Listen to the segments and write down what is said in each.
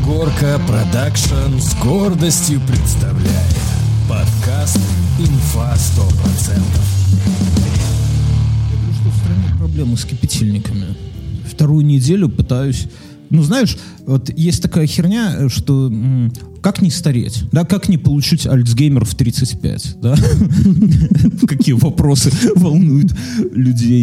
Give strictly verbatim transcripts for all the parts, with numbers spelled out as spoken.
Горка Продакшн с гордостью представляет подкаст «Инфа сто процентов». Я говорю, что в стране проблемы с кипятильниками. Вторую неделю пытаюсь... Ну, знаешь, вот есть такая херня, что м, как не стареть, да, как не получить альцгеймер в тридцать пять, да? Какие вопросы волнуют людей.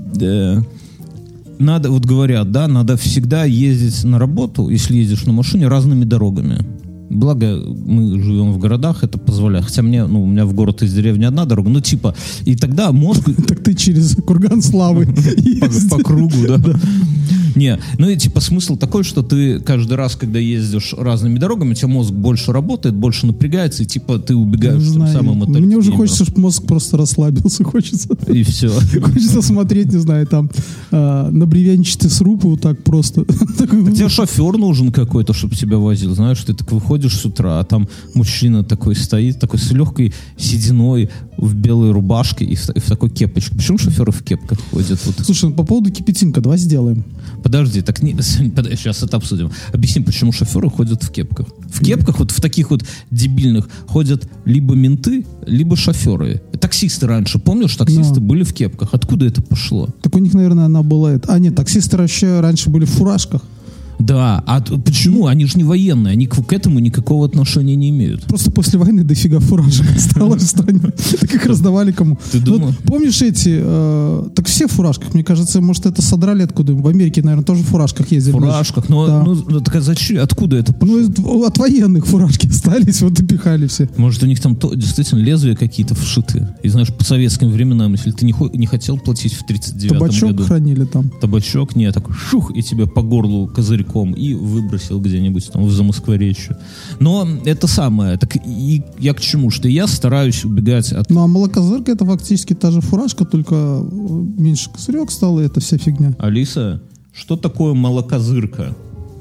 Надо, вот говорят, да, надо всегда ездить на работу, если ездишь на машине, разными дорогами. Благо, мы живем в городах, это позволяет. Хотя мне, ну, у меня в город из деревни одна дорога, ну, типа, и тогда мозг... Так ты через Курган Славы по кругу, да. Не, ну и типа смысл такой, что ты каждый раз, когда ездишь разными дорогами, у тебя мозг больше работает, больше напрягается, и типа ты убегаешь тем самым от... Мне уже хочется, чтобы мозг просто расслабился, хочется. И все. Хочется смотреть, не знаю, там, на бревенчатый сруб вот так просто. Тебе шофер нужен какой-то, чтобы тебя возил, знаешь, ты так выходишь с утра, а там мужчина такой стоит, такой с легкой сединой, в белой рубашке и в, и в такой кепочке. Почему шоферы в кепках ходят? Вот. Слушай, по поводу кипятинка, давай сделаем. Подожди, так не, сейчас это обсудим. Объясни, почему шоферы ходят в кепках. В кепках, вот в таких вот дебильных, ходят либо менты, либо шоферы. Таксисты раньше, помнишь, таксисты Но. были в кепках? Откуда это пошло? Так у них, наверное, она была... А нет, таксисты вообще раньше были в фуражках. Да, а почему? Они же не военные, они к, к этому никакого отношения не имеют. Просто после войны дофига фуражек осталось в стране. Так их раздавали кому. Ты думал? Помнишь эти, так все в фуражках, мне кажется, может это содрали откуда? В Америке, наверное, тоже в фуражках ездили. В фуражках? Но, ну, так зачем? Откуда это пошло? Ну, от военных фуражки остались, вот и пихали все. Может, у них там действительно лезвия какие-то вшиты. И знаешь, по советским временам, если ты не хотел платить в тридцать девятом году. Табачок хранили там. Табачок, нет, такой шух, и тебе по горлу козырьком и выбросил где-нибудь там в Замоскворечье. Но это самое. Так и я к чему? Что я стараюсь убегать от... Ну, а молокозырка — это фактически та же фуражка, только меньше козырек стал, и это вся фигня. Алиса, что такое молокозырка?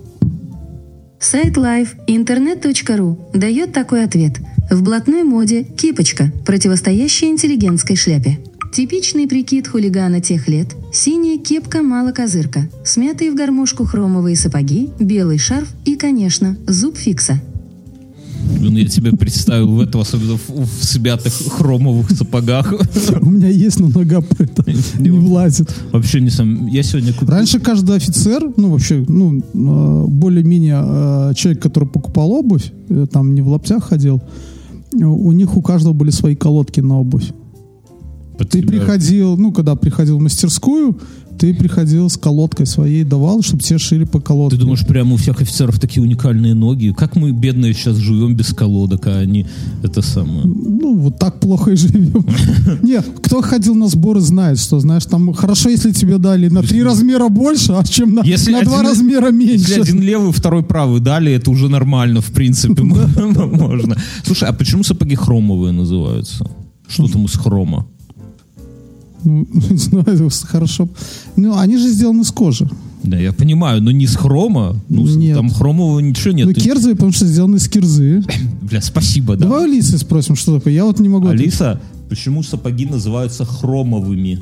Сайт лайв интернет точка ру дает такой ответ. В блатной моде кипочка, противостоящая интеллигентской шляпе. Типичный прикид хулигана тех лет – синяя кепка-малокозырка, смятые в гармошку хромовые сапоги, белый шарф и, конечно, зуб фикса. Блин, я тебя представил в этом, особенно в, в смятых хромовых сапогах. У меня есть, но нога не влазит. Вообще не сам. Я сегодня купил... Раньше каждый офицер, ну вообще, ну более-менее человек, который покупал обувь, там не в лаптях ходил, у них у каждого были свои колодки на обувь. Ты приходил, ну, когда приходил в мастерскую, ты приходил с колодкой своей, давал, чтобы тебе шили по колодке. Ты думаешь, прямо у всех офицеров такие уникальные ноги? Как мы, бедные, сейчас живем без колодок, а они это самое... Ну, вот так плохо и живем. Нет, кто ходил на сборы, знает, что, знаешь, там хорошо, если тебе дали на три размера больше, а чем на два размера меньше. Если один левый, второй правый дали, это уже нормально, в принципе, можно. Слушай, а почему сапоги хромовые называются? Что там из хрома? Ну, не знаю, хорошо. Ну, они же сделаны из кожи. Да, я понимаю, но не с хрома. Ну, нет. Там хромового ничего нет. Ну, керзовые, потому что сделаны из кирзы. Бля, спасибо, да. Давай Алисы спросим, что такое. Я вот не могу... Алиса, ответить. Почему сапоги называются хромовыми?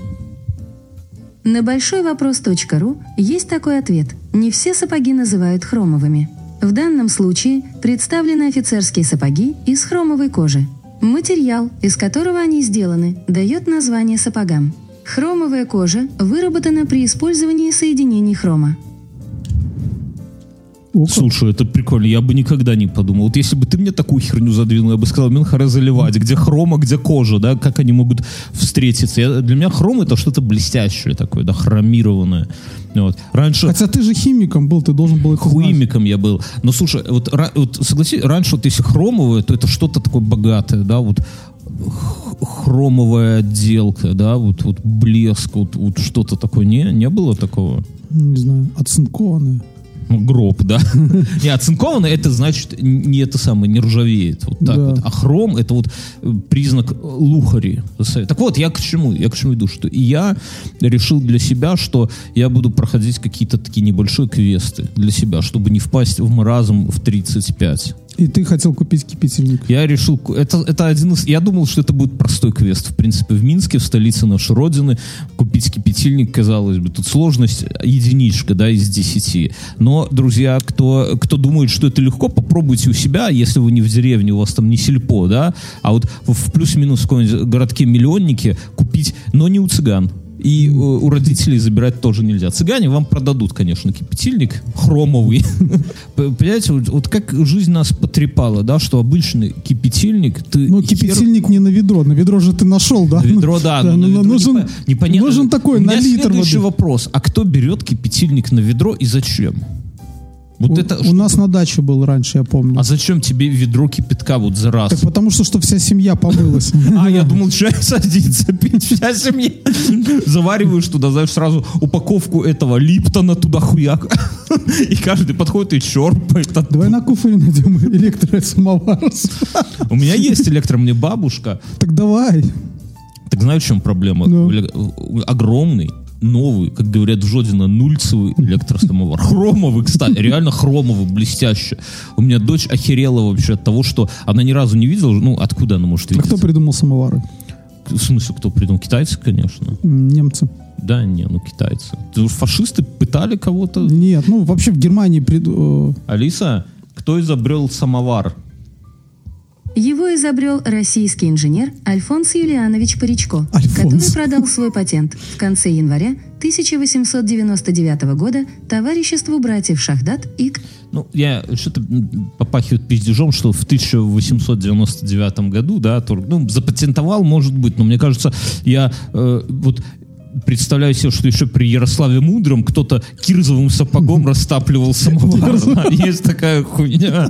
На большой вопрос точка ру есть такой ответ. Не все сапоги называют хромовыми. В данном случае представлены офицерские сапоги из хромовой кожи. Материал, из которого они сделаны, дает название сапогам. Хромовая кожа выработана при использовании соединений хрома. Слушай, это прикольно, я бы никогда не подумал. Вот если бы ты мне такую херню задвинул, я бы сказал, Минхаре заливать, где хрома, где кожа, да, как они могут встретиться. Я, для меня хром — это что-то блестящее такое, да, хромированное. Вот. Раньше... Хотя ты же химиком был, ты должен был их узнать. Химиком я был. Но слушай, вот, вот согласись, раньше вот если хромовое, то это что-то такое богатое, да, вот хромовая отделка, да, вот, вот блеск, вот, вот что-то такое. Не, не было такого? Не знаю, оцинкованное. Ну, гроб, да. Не, оцинкованное — это значит не это самое, не ржавеет. Вот так да. вот. А хром — это вот признак лухари. Так вот, я к чему? Я к чему иду? Что и я решил для себя, что я буду проходить какие-то такие небольшие квесты для себя, чтобы не впасть в маразм в тридцать пять. И ты хотел купить кипятильник. Я решил, это, это один из... Я думал, что это будет простой квест. В принципе, в Минске, в столице нашей родины, купить кипятильник, казалось бы, тут сложность единичка, да, из десяти. Но, друзья, кто, кто думает, что это легко, попробуйте у себя, если вы не в деревне, у вас там не сельпо, да, а вот в плюс-минус каком-нибудь городке-миллионнике купить, но не у цыган. И у, у родителей забирать тоже нельзя. Цыгане вам продадут, конечно, кипятильник хромовый. Понимаете, вот, вот как жизнь нас потрепала, да, что обычный кипятильник... Ты ну, кипятильник хер... не на ведро. На ведро же ты нашел, да? На ведро, да. да на ведро нужен, непо... непонятно. Нужен такой на литр воды. Следующий вопрос. А кто берет кипятильник на ведро и зачем? Вот у, это, у нас на даче был раньше, я помню. А зачем тебе ведро кипятка вот за раз? Так потому что, что вся семья помылась. А, я думал, чай садится пить, вся семья. Завариваешь туда, знаешь, сразу упаковку этого Липтона туда хуяк. И каждый подходит и черпает. Давай на кухне найдем электросамовар. У меня есть электро, мне бабушка. Так давай. Так знаешь, в чем проблема? Огромный. Новый, как говорят в Жодино, нульцевый электросамовар. Хромовый, кстати, реально хромовый, блестящий. У меня дочь охерела вообще от того, что она ни разу не видела, ну, откуда она может видеть. А кто придумал самовары? В смысле, кто придумал? Китайцы, конечно. Немцы. Да, не, ну, китайцы. Ты, фашисты пытали кого-то? Нет, ну, вообще в Германии... Приду... Алиса, кто изобрел самовар? Его изобрел российский инженер Альфонс Юлианович Паричко, Альфонс. который продал свой патент в конце января тысяча восемьсот девяносто девятого года товариществу братьев Шахдат и... Ну, я что-то попахивает пиздежом, что в тысяча восемьсот девяносто девятом году, да, то, ну, запатентовал, может быть, но мне кажется, я э, вот... представляю себе, что еще при Ярославе Мудром кто-то кирзовым сапогом растапливал самовар. Есть такая хуйня.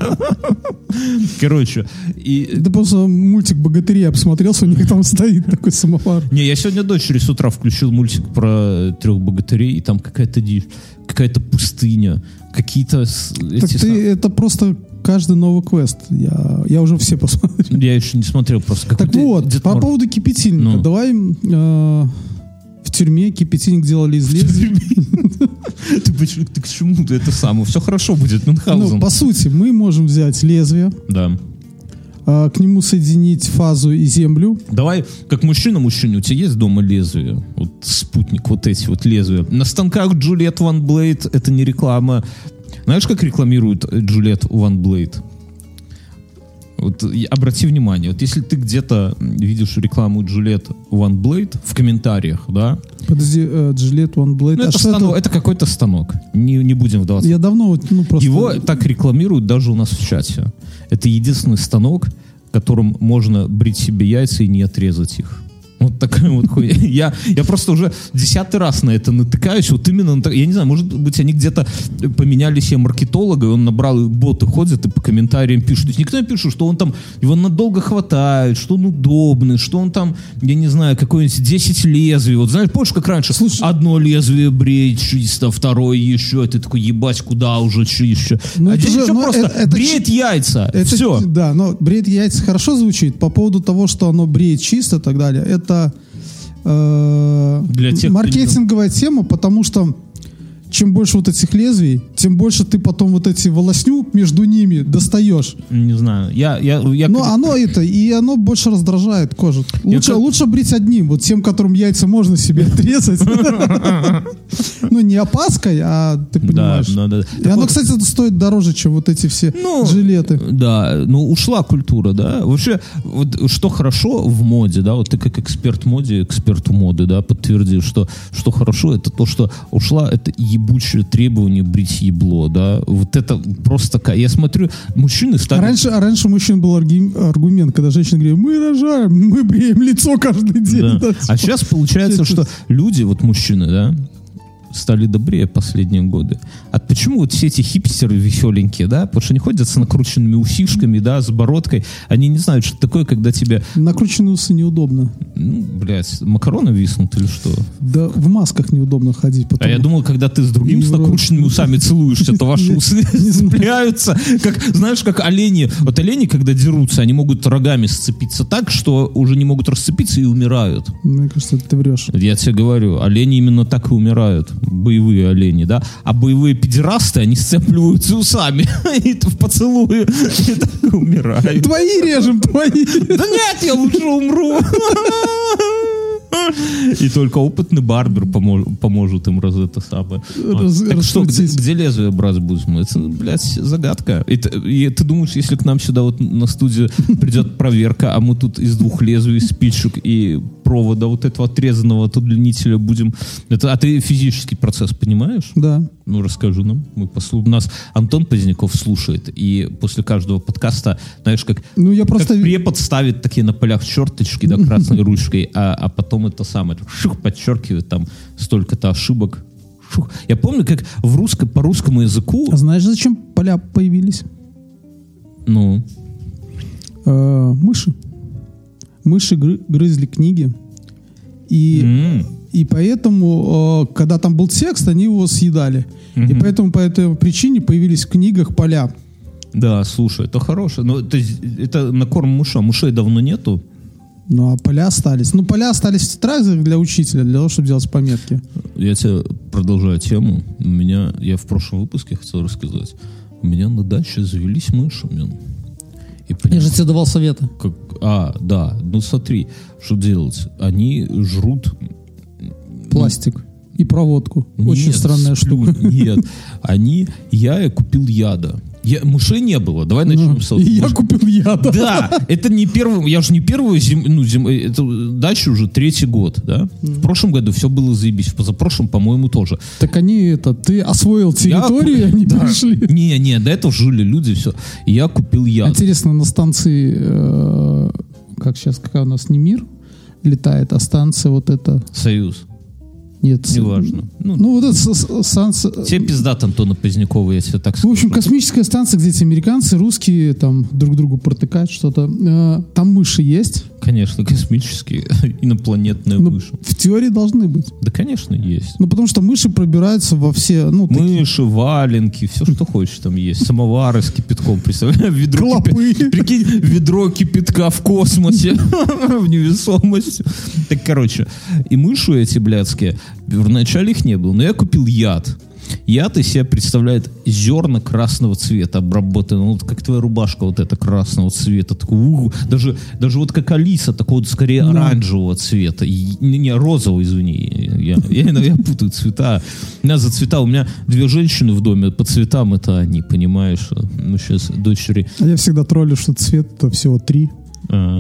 Короче. И... Да просто мультик «Богатыри» я посмотрелся, у них там стоит такой самовар. Не, я сегодня дочери с утра включил мультик про трех богатырей, и там какая-то какая-то пустыня, какие-то... Так ты, сам... это просто... Каждый новый квест. Я, я уже все посмотрел. Я еще не смотрел просто. Так вот, по Мор... поводу кипятильника. Ну. Давай... Э, в тюрьме кипятильник делали из лезвия. Ты к чему ты это самое? Все хорошо будет, Мюнхгаузен. Ну, по сути, мы можем взять лезвие. Да. К нему соединить фазу и землю. Давай, как мужчина-мужчине, у тебя есть дома лезвие? Вот спутник, вот эти вот лезвия. На станках Gillette One Blade, это не реклама. Знаешь, как рекламируют Gillette One Blade? Вот обрати внимание, вот если ты где-то видишь рекламу Gillette One Blade в комментариях, да? Подожди, uh, Gillette One Blade. Ну, а это, станок, это? это какой-то станок. Не, не будем вдаваться. Я давно, ну, просто... Его так рекламируют даже у нас в чате. Это единственный станок, которым можно брить себе яйца и не отрезать их. Вот такая вот хуйня. Я, я просто уже десятый раз на это натыкаюсь. Вот именно, на, я не знаю, может быть, они где-то поменяли себе маркетолога, и он набрал, и боты ходят и по комментариям пишут. То есть никто не пишет, что он там, его надолго хватает, что он удобный, что он там, я не знаю, какое-нибудь десять лезвий. Вот знаешь, помнишь, как раньше? Слушай, одно лезвие бреет чисто, второе еще. Ты такой, ебать, куда уже чище? Ну, а здесь же, еще ну, просто это, бреет это, яйца. Это, все. Да, но бреет яйца хорошо звучит. По поводу того, что оно бреет чисто и так далее, это Это э, Для тех, маркетинговая кто... тема, потому что чем больше вот этих лезвий, тем больше ты потом вот эти волосню между ними достаешь. Не знаю. Я, я, я Но как... оно это, и оно больше раздражает кожу. Лучше, как... лучше брить одним, вот тем, которым яйца можно себе отрезать. Ну, не опаской, а ты понимаешь. И оно, кстати, стоит дороже, чем вот эти все жилеты. Да, ну ушла культура, да. Вообще, вот что хорошо в моде, да, вот ты как эксперт в моде, эксперт моды, да, подтверди, что что хорошо, это то, что ушла, это ебучее требование брить ебло, да. Вот это просто... Я смотрю, мужчины стали... Раньше, а раньше у мужчин был аргумент, когда женщины говорили, мы рожаем, мы бреем лицо каждый день. Да. Да, а сейчас получается, что люди, вот мужчины, да, стали добрее последние годы. А почему вот все эти хипстеры веселенькие, да? Потому что они ходят с накрученными усишками, да, с бородкой. Они не знают, что такое, когда тебя... Накрученные усы неудобно. Ну, блядь, макароны виснут или что? Да в масках неудобно ходить. Потом... А я думал, когда ты с другим с накрученными усами целуешься, то ваши усы цепляются. Как, знаешь, как олени. Вот олени, когда дерутся, они могут рогами сцепиться так, что уже не могут расцепиться и умирают. Мне кажется, ты врешь. Я тебе говорю, олени именно так и умирают. Боевые олени, да? А боевые педерасты педерасты, они сцепливаются усами и в поцелуе и так умирают. Твои режем, твои. Да нет, я лучше умру. И только опытный барбер помож, поможет им раз это самое. Раз, так что, где, где лезвие брать будем? Это, блядь, загадка. И, и ты думаешь, если к нам сюда вот на студию придет проверка, а мы тут из двух лезвий, спичек и провода вот этого отрезанного от удлинителя будем... Это, а ты физический процесс понимаешь? Да. Ну, расскажи нам. Мы послушаем. Нас Антон Поздняков слушает, и после каждого подкаста, знаешь, как, ну, я просто... как препод ставит такие на полях черточки, да, красной ручкой, а, а потом это самое, шух, подчеркивает там столько-то ошибок. Шух. Я помню, как в русско, по русскому языку... А знаешь, зачем поля появились? Ну? Э, мыши. Мыши гры- грызли книги. И... Mm. И поэтому, когда там был текст, они его съедали. Mm-hmm. И поэтому по этой причине появились в книгах поля. Да, слушай, это хорошее. Но это, это на корм мышам. Мышей давно нету. Ну, а поля остались. Ну, поля остались в тетрадях для учителя, для того, чтобы делать пометки. Я тебе продолжаю тему. У меня, я в прошлом выпуске хотел рассказать. У меня на даче завелись мыши. И я же тебе давал советы. Как, а, да. Ну, смотри, что делать. Они жрут... Пластик и проводку. Нет, очень странная сплю, штука. Нет, они, я купил яда. Я, мышей не было. Давай начнем ну, с этого. Я купил яда. Да, это не первый, я же не первую зиму, ну, зим, это дача уже третий год, да. Mm. В прошлом году все было заебись, в позапрошлом, по-моему, тоже. Так они это, ты освоил территорию, я, они да, пришли. Не, не, до этого жили люди, все. И я купил яд. Интересно, на станции, э, как сейчас, какая у нас, не мир летает, а станция вот эта... Союз. Нет, неважно. Ну, ну вот это станция... Тебе пиздат Антона Позднякова, я тебе так скажу. В общем, космическая станция, где эти американцы, русские там друг другу протыкают что-то. Там мыши есть? Конечно, космические, инопланетные ну, мыши. В теории должны быть. Да, конечно, есть. Ну, потому что мыши пробираются во все... Ну, мыши, такие... валенки, все, что хочешь там есть. Самовары с кипятком, представляешь? Ведро кипя... Прикинь, ведро кипятка в космосе, в невесомости. Так, короче, и мыши эти блядские, вначале их не было, но я купил яд. Яд из себя представляет зерна красного цвета, обработанного, вот как твоя рубашка вот эта красного цвета, такой, угу, даже, даже вот как Алиса, такого вот скорее да. оранжевого цвета, и, не, не розового, извини, я, я, я, я путаю цвета. У меня за цвета, у меня две женщины в доме, по цветам это они, понимаешь, ну сейчас дочери. А я всегда троллю, что цвет это всего три. А.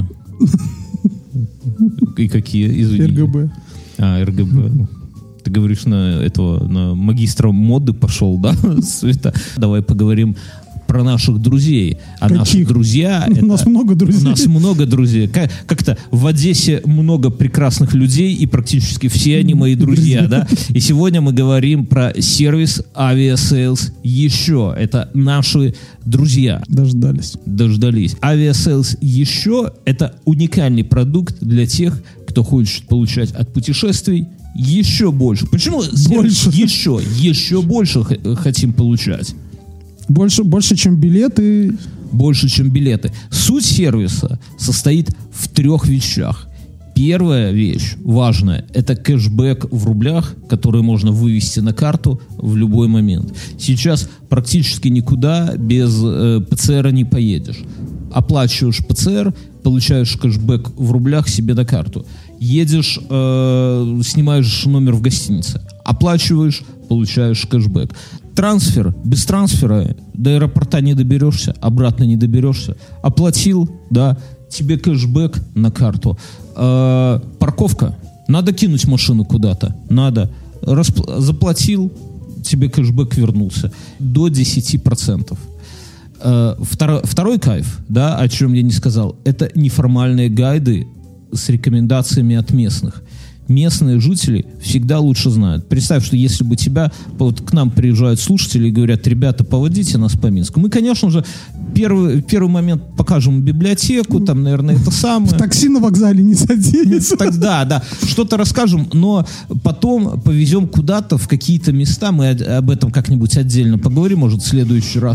И какие, извини? эр гэ бэ. А, эр гэ бэ. Ты говоришь, на этого, на магистра моды пошел, да, Света? Давай поговорим про наших друзей. А Каких? Наши друзья... У это, нас много друзей. У нас много друзей. Как, как-то в Одессе много прекрасных людей, и практически все они мои друзья, да? И сегодня мы говорим про сервис Aviasales еще. Это наши друзья. Дождались. Дождались. Aviasales еще — это уникальный продукт для тех, кто хочет получать от путешествий еще больше. Почему больше? Еще, еще больше х- хотим получать. Больше, больше, чем билеты. Больше, чем билеты. Суть сервиса состоит в трех вещах. Первая вещь, важная, это кэшбэк в рублях, который можно вывести на карту в любой момент. Сейчас практически никуда без э, пэ цэ эра не поедешь. Оплачиваешь пэ цэ эр, получаешь кэшбэк в рублях себе на карту. Едешь, э, снимаешь номер в гостинице, оплачиваешь, получаешь кэшбэк. Трансфер, без трансфера до аэропорта не доберешься, обратно не доберешься. Оплатил, да, тебе кэшбэк на карту. Э, парковка, надо кинуть машину куда-то, надо. Расп- заплатил, тебе кэшбэк вернулся. До десять процентов. Э, второй, второй кайф, да, о чем я не сказал, это неформальные гайды с рекомендациями от местных. Местные жители всегда лучше знают. Представь, что если бы тебя, вот к нам приезжают слушатели и говорят: ребята, поводите нас по Минску. Мы, конечно же, первый, первый момент покажем библиотеку, там, наверное, это самое. В такси на вокзале не садись. Да, да, что-то расскажем, но потом повезем куда-то в какие-то места, мы об этом как-нибудь отдельно поговорим, может, в следующий раз, куда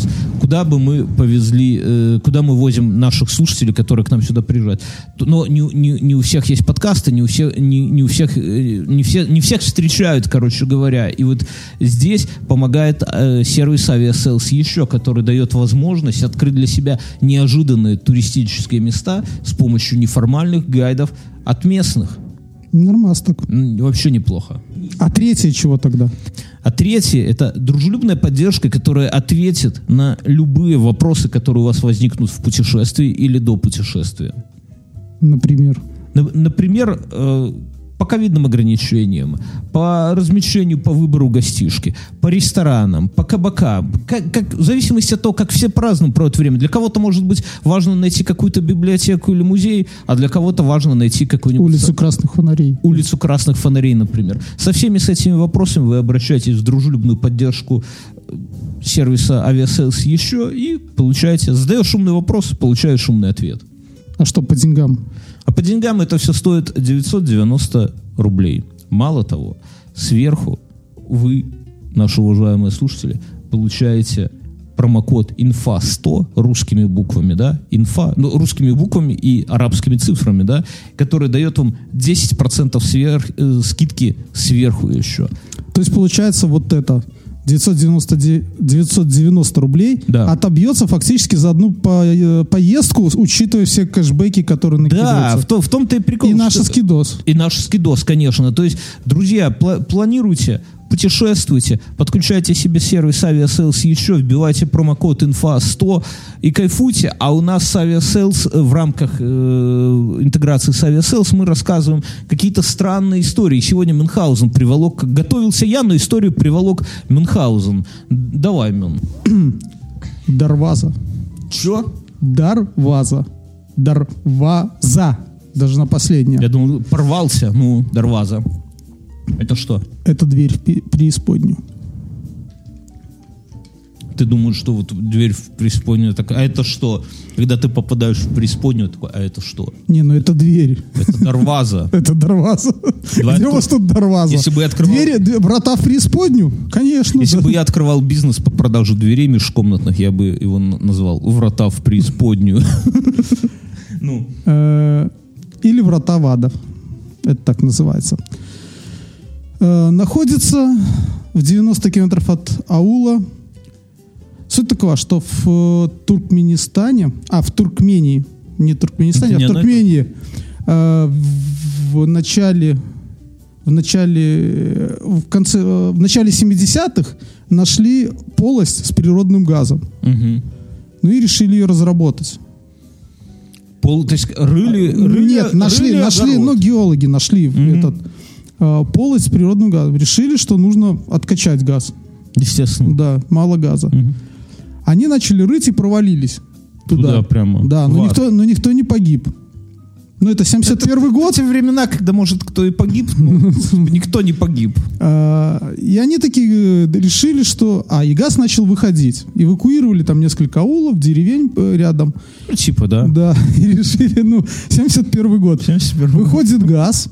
куда бы мы повезли, э, куда мы возим наших слушателей, которые к нам сюда приезжают. Но не, не, не у всех есть подкасты, не у всех, не, не у всех, э, не, все, не всех встречают, короче говоря. И вот здесь помогает э, сервис Aviasales еще, который дает возможность открыть для себя неожиданные туристические места с помощью неформальных гайдов от местных. Нормас так. Вообще неплохо. А третье чего тогда? А третье — это дружелюбная поддержка, которая ответит на любые вопросы, которые у вас возникнут в путешествии или до путешествия. Например? Например, э, по ковидным ограничениям, по размещению, по выбору гостишки, по ресторанам, по кабакам. Как, как, в зависимости от того, как все по-разному проводят время. Для кого-то, может быть, важно найти какую-то библиотеку или музей, а для кого-то важно найти какую-нибудь... Улицу красных фонарей. Улицу красных фонарей, например. Со всеми с этими вопросами вы обращаетесь в дружелюбную поддержку сервиса Aviasales еще и получаете... Задаешь умный вопрос, получаешь умный ответ. А что по деньгам? А по деньгам это все стоит девятьсот девяносто рублей. Мало того, сверху вы, наши уважаемые слушатели, получаете промокод инфа сто русскими буквами, да, инфа, ну, русскими буквами и арабскими цифрами, да, который дает вам десять процентов сверх, э, скидки сверху еще. То есть получается вот это... девятьсот девяносто, девятьсот девяносто рублей, да, отобьется фактически за одну по, поездку, учитывая все кэшбэки, которые накидываются. Да, в, то, в том-то и прикол. И наш скидос. И наш скидос, конечно. То есть, друзья, пла- планируйте, путешествуйте, подключайте себе сервис Aviasales еще, вбивайте промокод инфа сто и кайфуйте. А у нас с Aviasales в рамках э, интеграции с Aviasales мы рассказываем какие-то странные истории. Сегодня Мюнхгаузен приволок, готовился я, но историю приволок Мюнхгаузен. Давай, Мюн. Дарваза. Чё? Дарваза. Дарваза. Даже на последнее. Я думал, порвался. Ну, Дарваза. Это что? Это дверь в преисподнюю. Ты думаешь, что вот дверь в преисподнюю такая, а это что? Когда ты попадаешь в преисподнюю, такой, а это что? Не, ну это дверь. Это Дарваза. Это Дарваза. Где у вас тут Дарваза? Если бы я открывал... Двери, врата в преисподнюю? Конечно. Если бы я открывал бизнес по продаже дверей межкомнатных, я бы его назвал «Врата в преисподнюю». Ну. Или «Врата в ада». Это так называется. Находится в девяноста километрах от аула. Суть такова, что в Туркменистане, а в Туркмении, не Туркменистане, не а в Туркмении э, в начале, в начале, в конце, в начале семидесятых нашли полость с природным газом. Угу. Ну и решили ее разработать. Пол, то есть рыли, рыли Нет, нашли, рыли нашли, ну геологи нашли угу. этот э, полость с природным газом. Решили, что нужно откачать газ. Естественно. Да, мало газа. Угу. Они начали рыть и провалились туда. Туда прямо. Да, но никто, но никто не погиб. Ну, это семьдесят первый год. В те времена, когда, может, кто и погиб, но никто не погиб. И они такие решили, что... А, и газ начал выходить. Эвакуировали там несколько аулов, деревень рядом. Ну, типа, да. Да, и решили, ну, семьдесят первый год. семьдесят первый Выходит газ.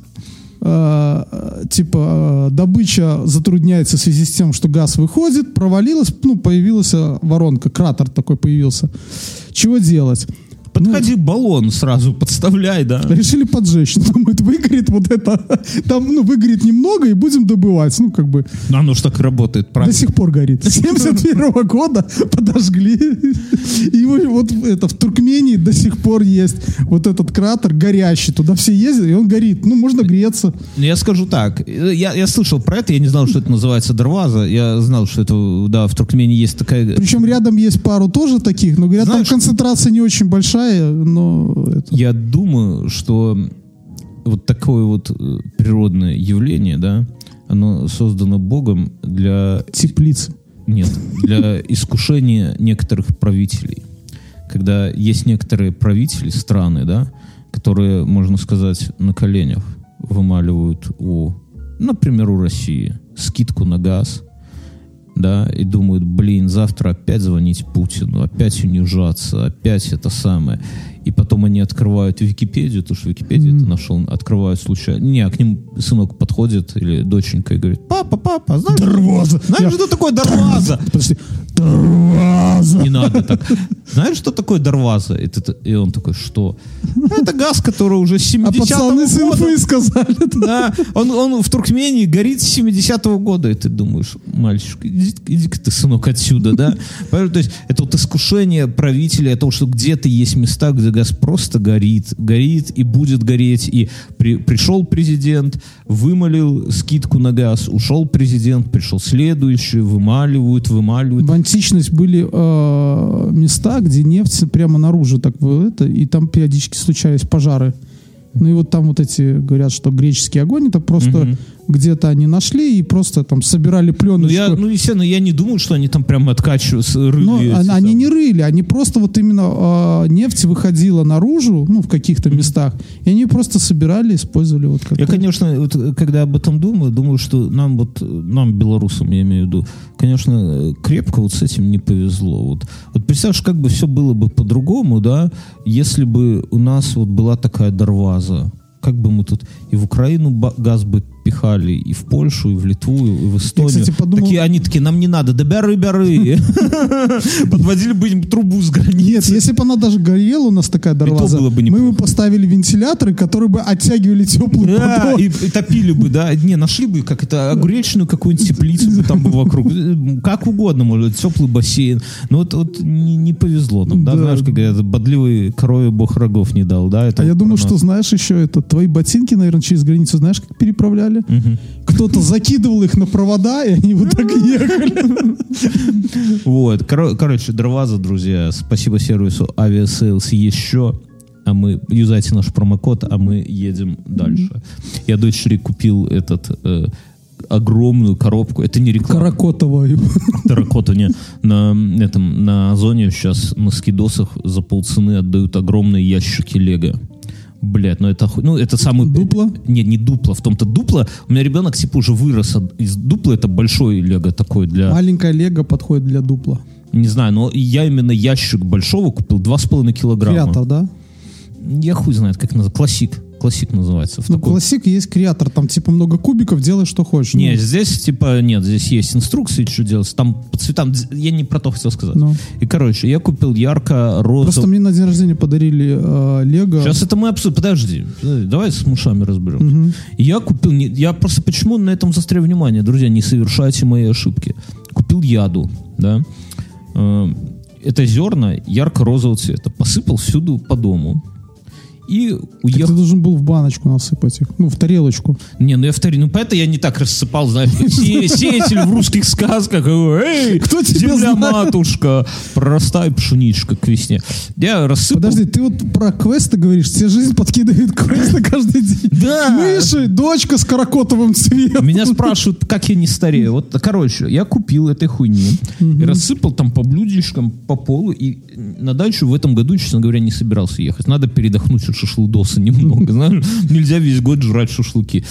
Uh, типа добыча затрудняется в связи с тем, что газ выходит, провалилась, ну, появилась воронка, кратер такой появился. Чего делать? Подходи, ну, баллон сразу подставляй, да. Решили поджечь. Думают, выгорит вот это. Там, ну, выгорит немного и будем добывать. Ну, как бы. Ну, оно же так и работает, правильно. До сих пор горит. С семьдесят первого года подожгли. И вот это в Туркмении до сих пор есть вот этот кратер горящий. Туда все ездят, и он горит. Ну, можно греться. Я скажу так. Я, я слышал про это, я не знал, что это называется Дарваза. Я знал, что это, да, в Туркмении есть такая... Причем рядом есть пару тоже таких, но говорят, знаешь, там концентрация не очень большая. Но это... Я думаю, что вот такое вот природное явление, да, оно создано Богом для... Теплицы. Нет, для искушения некоторых правителей. Когда есть некоторые правители, страны, да, которые, можно сказать, на коленях вымаливают у, например, у России скидку на газ, да, и думают, блин, завтра опять звонить Путину, опять унижаться, опять это самое. И потом они открывают Википедию, то, что Википедию mm-hmm. ты нашел, открывают случайно. Не, а к ним сынок подходит или доченька и говорит, папа, папа, знаешь, Дарваза. знаешь, Я... что такое Дарваза? Подожди. Дарваза. Не надо так. Знаешь, что такое Дарваза? И, ты, и он такой, что? Это газ, который уже с А семидесятого пацаны с года. инфы сказали. Да, он, он в Туркмении горит с семидесятого года. И ты думаешь, мальчик, иди- иди-ка ты, сынок, отсюда, да? Поэтому, то есть, это вот искушение правителя о том, что где-то есть места, где газ просто горит, горит и будет гореть. И при- пришел президент, вымолил скидку на газ, ушел президент, пришел следующий, вымаливают, вымаливают. В античность были э, места, где нефть прямо наружу так вот это, и там периодически случались пожары. Ну и вот там вот эти говорят, что греческий огонь, это просто Мгм. где-то они нашли и просто там собирали Ну, пленочку. я, ну, естественно, я не думаю, что они там прям откачивают, рыли. Но эти они, там. они не рыли, они просто вот именно э, нефть выходила наружу, ну, в каких-то местах, и они просто собирали, использовали вот как. Я, конечно, вот, когда об этом думаю, думаю, что нам вот, нам, белорусам, я имею в виду, конечно, крепко вот с этим не повезло. Вот, вот представляешь, как бы все было бы по-другому, да, если бы у нас вот была такая Дарваза. Как бы мы тут и в Украину ба- газ бы пихали, и в Польшу, и в Литву, и в Эстонию. кстати, подумал- Такие, они такие, нам не надо, да бяры-бяры. Подводили бы им трубу с Нет, границы. если бы она даже горела, у нас такая Дарваза, было бы мы неплохо. бы поставили вентиляторы, которые бы оттягивали теплый Да, поток. и, и топили бы, да. Не, нашли бы как это огуречную какую-нибудь теплицу бы там бы вокруг. Как угодно, может, теплый бассейн. Но вот, вот не, не повезло нам, да, Да. знаешь, как говорят, бодливый корове бог рогов не дал, да. Это А я вот думаю, про что, нас. знаешь, еще это твои ботинки, наверное, через границу, знаешь, как переправляли? Мгм. Кто-то закидывал их на провода, и они вот так ехали. Вот, Коро- короче, Дарваза, друзья, спасибо сервису Aviasales еще. А мы, юзайте наш промокод, а мы едем дальше. Я дочери купил этот э, огромную коробку. Это не реклама. Каракотовую. Терракота, не. На этом, на Озоне сейчас на скидосах за полцены отдают огромные ящики Лего. Блять, ну это оху- ну это самый... Дупло? Нет, не дупло, в том-то дупло. У меня ребенок типа уже вырос от- из дупла, это большой Лего такой для... Маленькая лего подходит для дупла. Не знаю, но я именно ящик большого купил, два с половиной килограмма. Креатор, да? Я хуй знает, как называется. Классик. Классик называется. В Ну, такой- классик есть креатор, там типа много кубиков, делай что хочешь. Не, Ну, здесь типа нет, здесь есть инструкции, что делать. Там по цветам, я не про то хотел сказать. ну. И короче, я купил ярко-розовый. Просто мне на день рождения подарили э, лего. Сейчас это мы обсудим. Подожди, подожди, давай с мушами разберем. Мгм. Я купил, не- я просто почему на этом застряю внимание, друзья, не совершайте мои ошибки. Купил яду, да. Э, Это зерна ярко-розового цвета. Посыпал всюду по дому. И Так уехал. ты должен был в баночку насыпать их. Ну, в тарелочку. Не, ну я в тари- ну поэтому я не так рассыпал, знаешь, се- сеятель в русских сказках. Эй, Кто тебя земля знает? матушка, прорастай пшеничка к весне. Я рассыпал. Подожди, ты вот про квесты говоришь, тебе жизнь подкидывает квесты каждый день. Да. Мыши, дочка с каракотовым цветом. Меня спрашивают, как я не старею. Вот, короче, я купил этой хуйни и рассыпал там по блюдечкам, по полу. И на дачу в этом году, честно говоря, не собирался ехать. Надо передохнуть от шашлыдоса немного. Знаешь, нельзя весь год жрать шашлыки.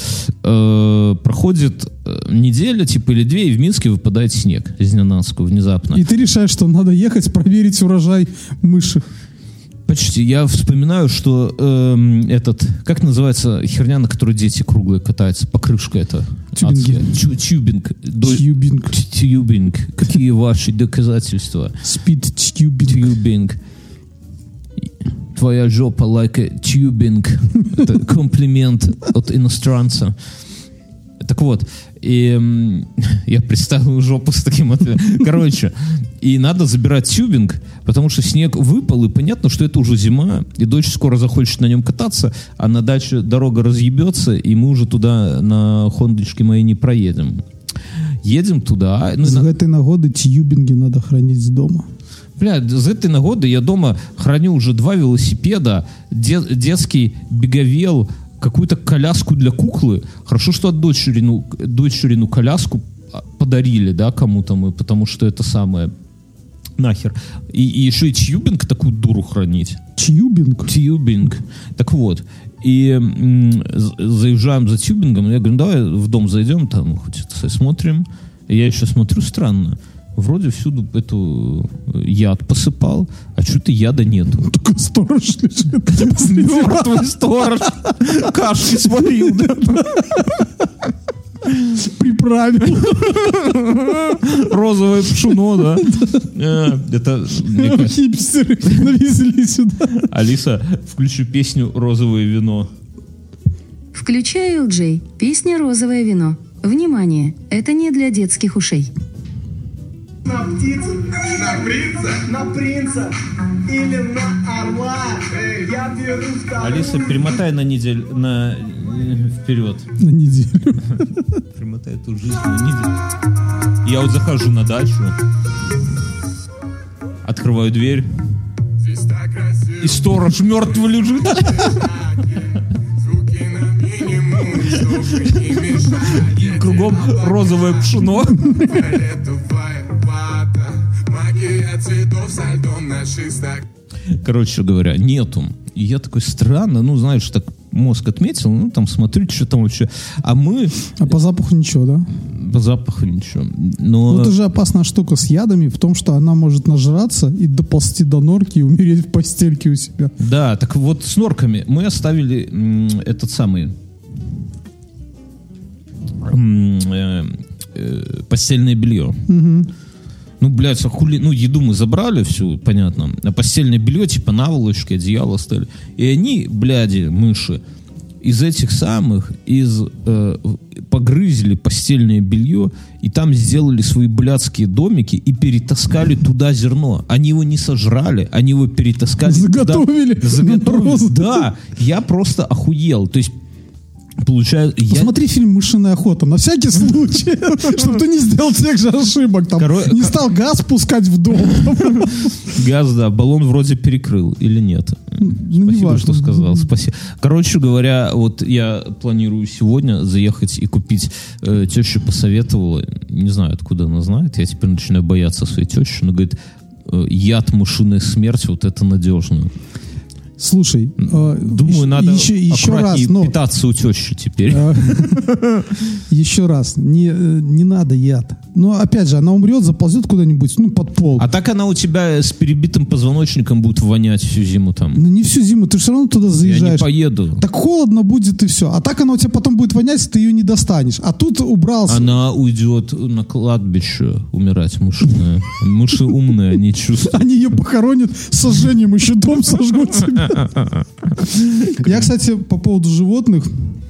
Э, Проходит э, неделя, типа, или две, и в Минске выпадает снег из ненастского внезапно. И ты решаешь, что надо ехать проверить урожай мыши. Почти. Я вспоминаю, что эм, этот, как называется херня, на которой дети круглые катаются? Покрышка это. Тюбинги. адская. Чу- Тюбинг. До- Тюбинг. Тюбинг. Какие ваши доказательства? Спид тюбинг. Тюбинг. Твоя жопа like a тюбинг. Это комплимент от иностранца. Так вот, и, м, я представил жопу с таким ответом. Короче, и надо забирать тюбинг, потому что снег выпал, и понятно, что это уже зима, и дочь скоро захочет на нем кататься, а на даче дорога разъебется, и мы уже туда на хондочке моей не проедем. Едем туда. Ну, З на- гэтай нагоды тюбинги надо хранить дома. Бля, з этой нагоды я дома храню уже два велосипеда, де- детский беговел, какую-то коляску для куклы. Хорошо, что от дочерину, дочерину коляску подарили, да, кому-то мы, потому что это самое нахер. И, и еще и тюбинг такую дуру хранить. Тюбинг? Тюбинг. Так вот. И м, з- заезжаем за тюбингом. Я говорю, ну, давай в дом зайдем, там хоть это смотрим. И я еще смотрю, странно. Вроде всюду эту яд посыпал, а что-то яда нету. Только сторож лежит. Мертвый сторож. Кашки сварил, да? При- переправил. Розовое пшено, да? Э, Это... мне кажется, Хипстеры навезли сюда. Алиса, включи песню «Розовое вино». Включаю эл джей. Песня «Розовое вино». Внимание! Это не для детских ушей. На птицу, на принца, на принца или на орла. Я беру вторую. Алиса, перемотай на неделю, на э, вперед. На неделю. Перемотай эту жизнь на неделю. Я вот захожу на дачу, открываю дверь, и сторож мертвый лежит. И кругом розовое пшено. Короче говоря, нету. И я такой, странно, ну, знаешь, так мозг отметил, ну, там, смотрю, что там вообще. А мы... А по запаху ничего, да? По запаху ничего. Но... Ну, это же опасная штука с ядами в том, что она может нажраться и доползти до норки и умереть в постельке у себя. Да, так вот с норками мы оставили м, этот самый м, э, э, постельное белье. Угу. Ну, блядь, а хули... Ну, еду мы забрали всю, понятно. А постельное белье, типа наволочки, одеяло стали. И они, бляди, мыши, из этих самых, из э, погрызли постельное белье и там сделали свои блядские домики и перетаскали туда зерно. Они его не сожрали, они его перетаскали. Заготовили. Туда, заготовили. Да, я просто охуел. То есть, получается... Посмотри я... фильм «Мышиная охота», на всякий случай, чтобы ты не сделал тех же ошибок. Там, Коро... не стал газ пускать в дом. Газ, да, баллон вроде перекрыл или нет. Ну, Спасибо, не важно. что сказал. Спасибо. Короче говоря, вот я планирую сегодня заехать и купить. Э, теща посоветовала, не знаю, откуда она знает, я теперь начинаю бояться своей тещи, но говорит, э, яд «Мышиная смерть», вот это надежно. Слушай, думаю, еще, надо еще, еще раз, но, питаться у тещи теперь. Еще раз, не, не надо яд. Но опять же, она умрет, заползет куда-нибудь, ну, под пол. А так она у тебя с перебитым позвоночником будет вонять всю зиму там. Ну, не всю зиму, ты все равно туда заезжаешь. Я не поеду. Так холодно будет и все. А так она у тебя потом будет вонять, ты ее не достанешь. А тут убрался. Она уйдет на кладбище умирать, мышиная. Мыши умные, они чувствуют. Они ее похоронят сожжением, еще дом сожгут себе. Я, кстати, по поводу животных,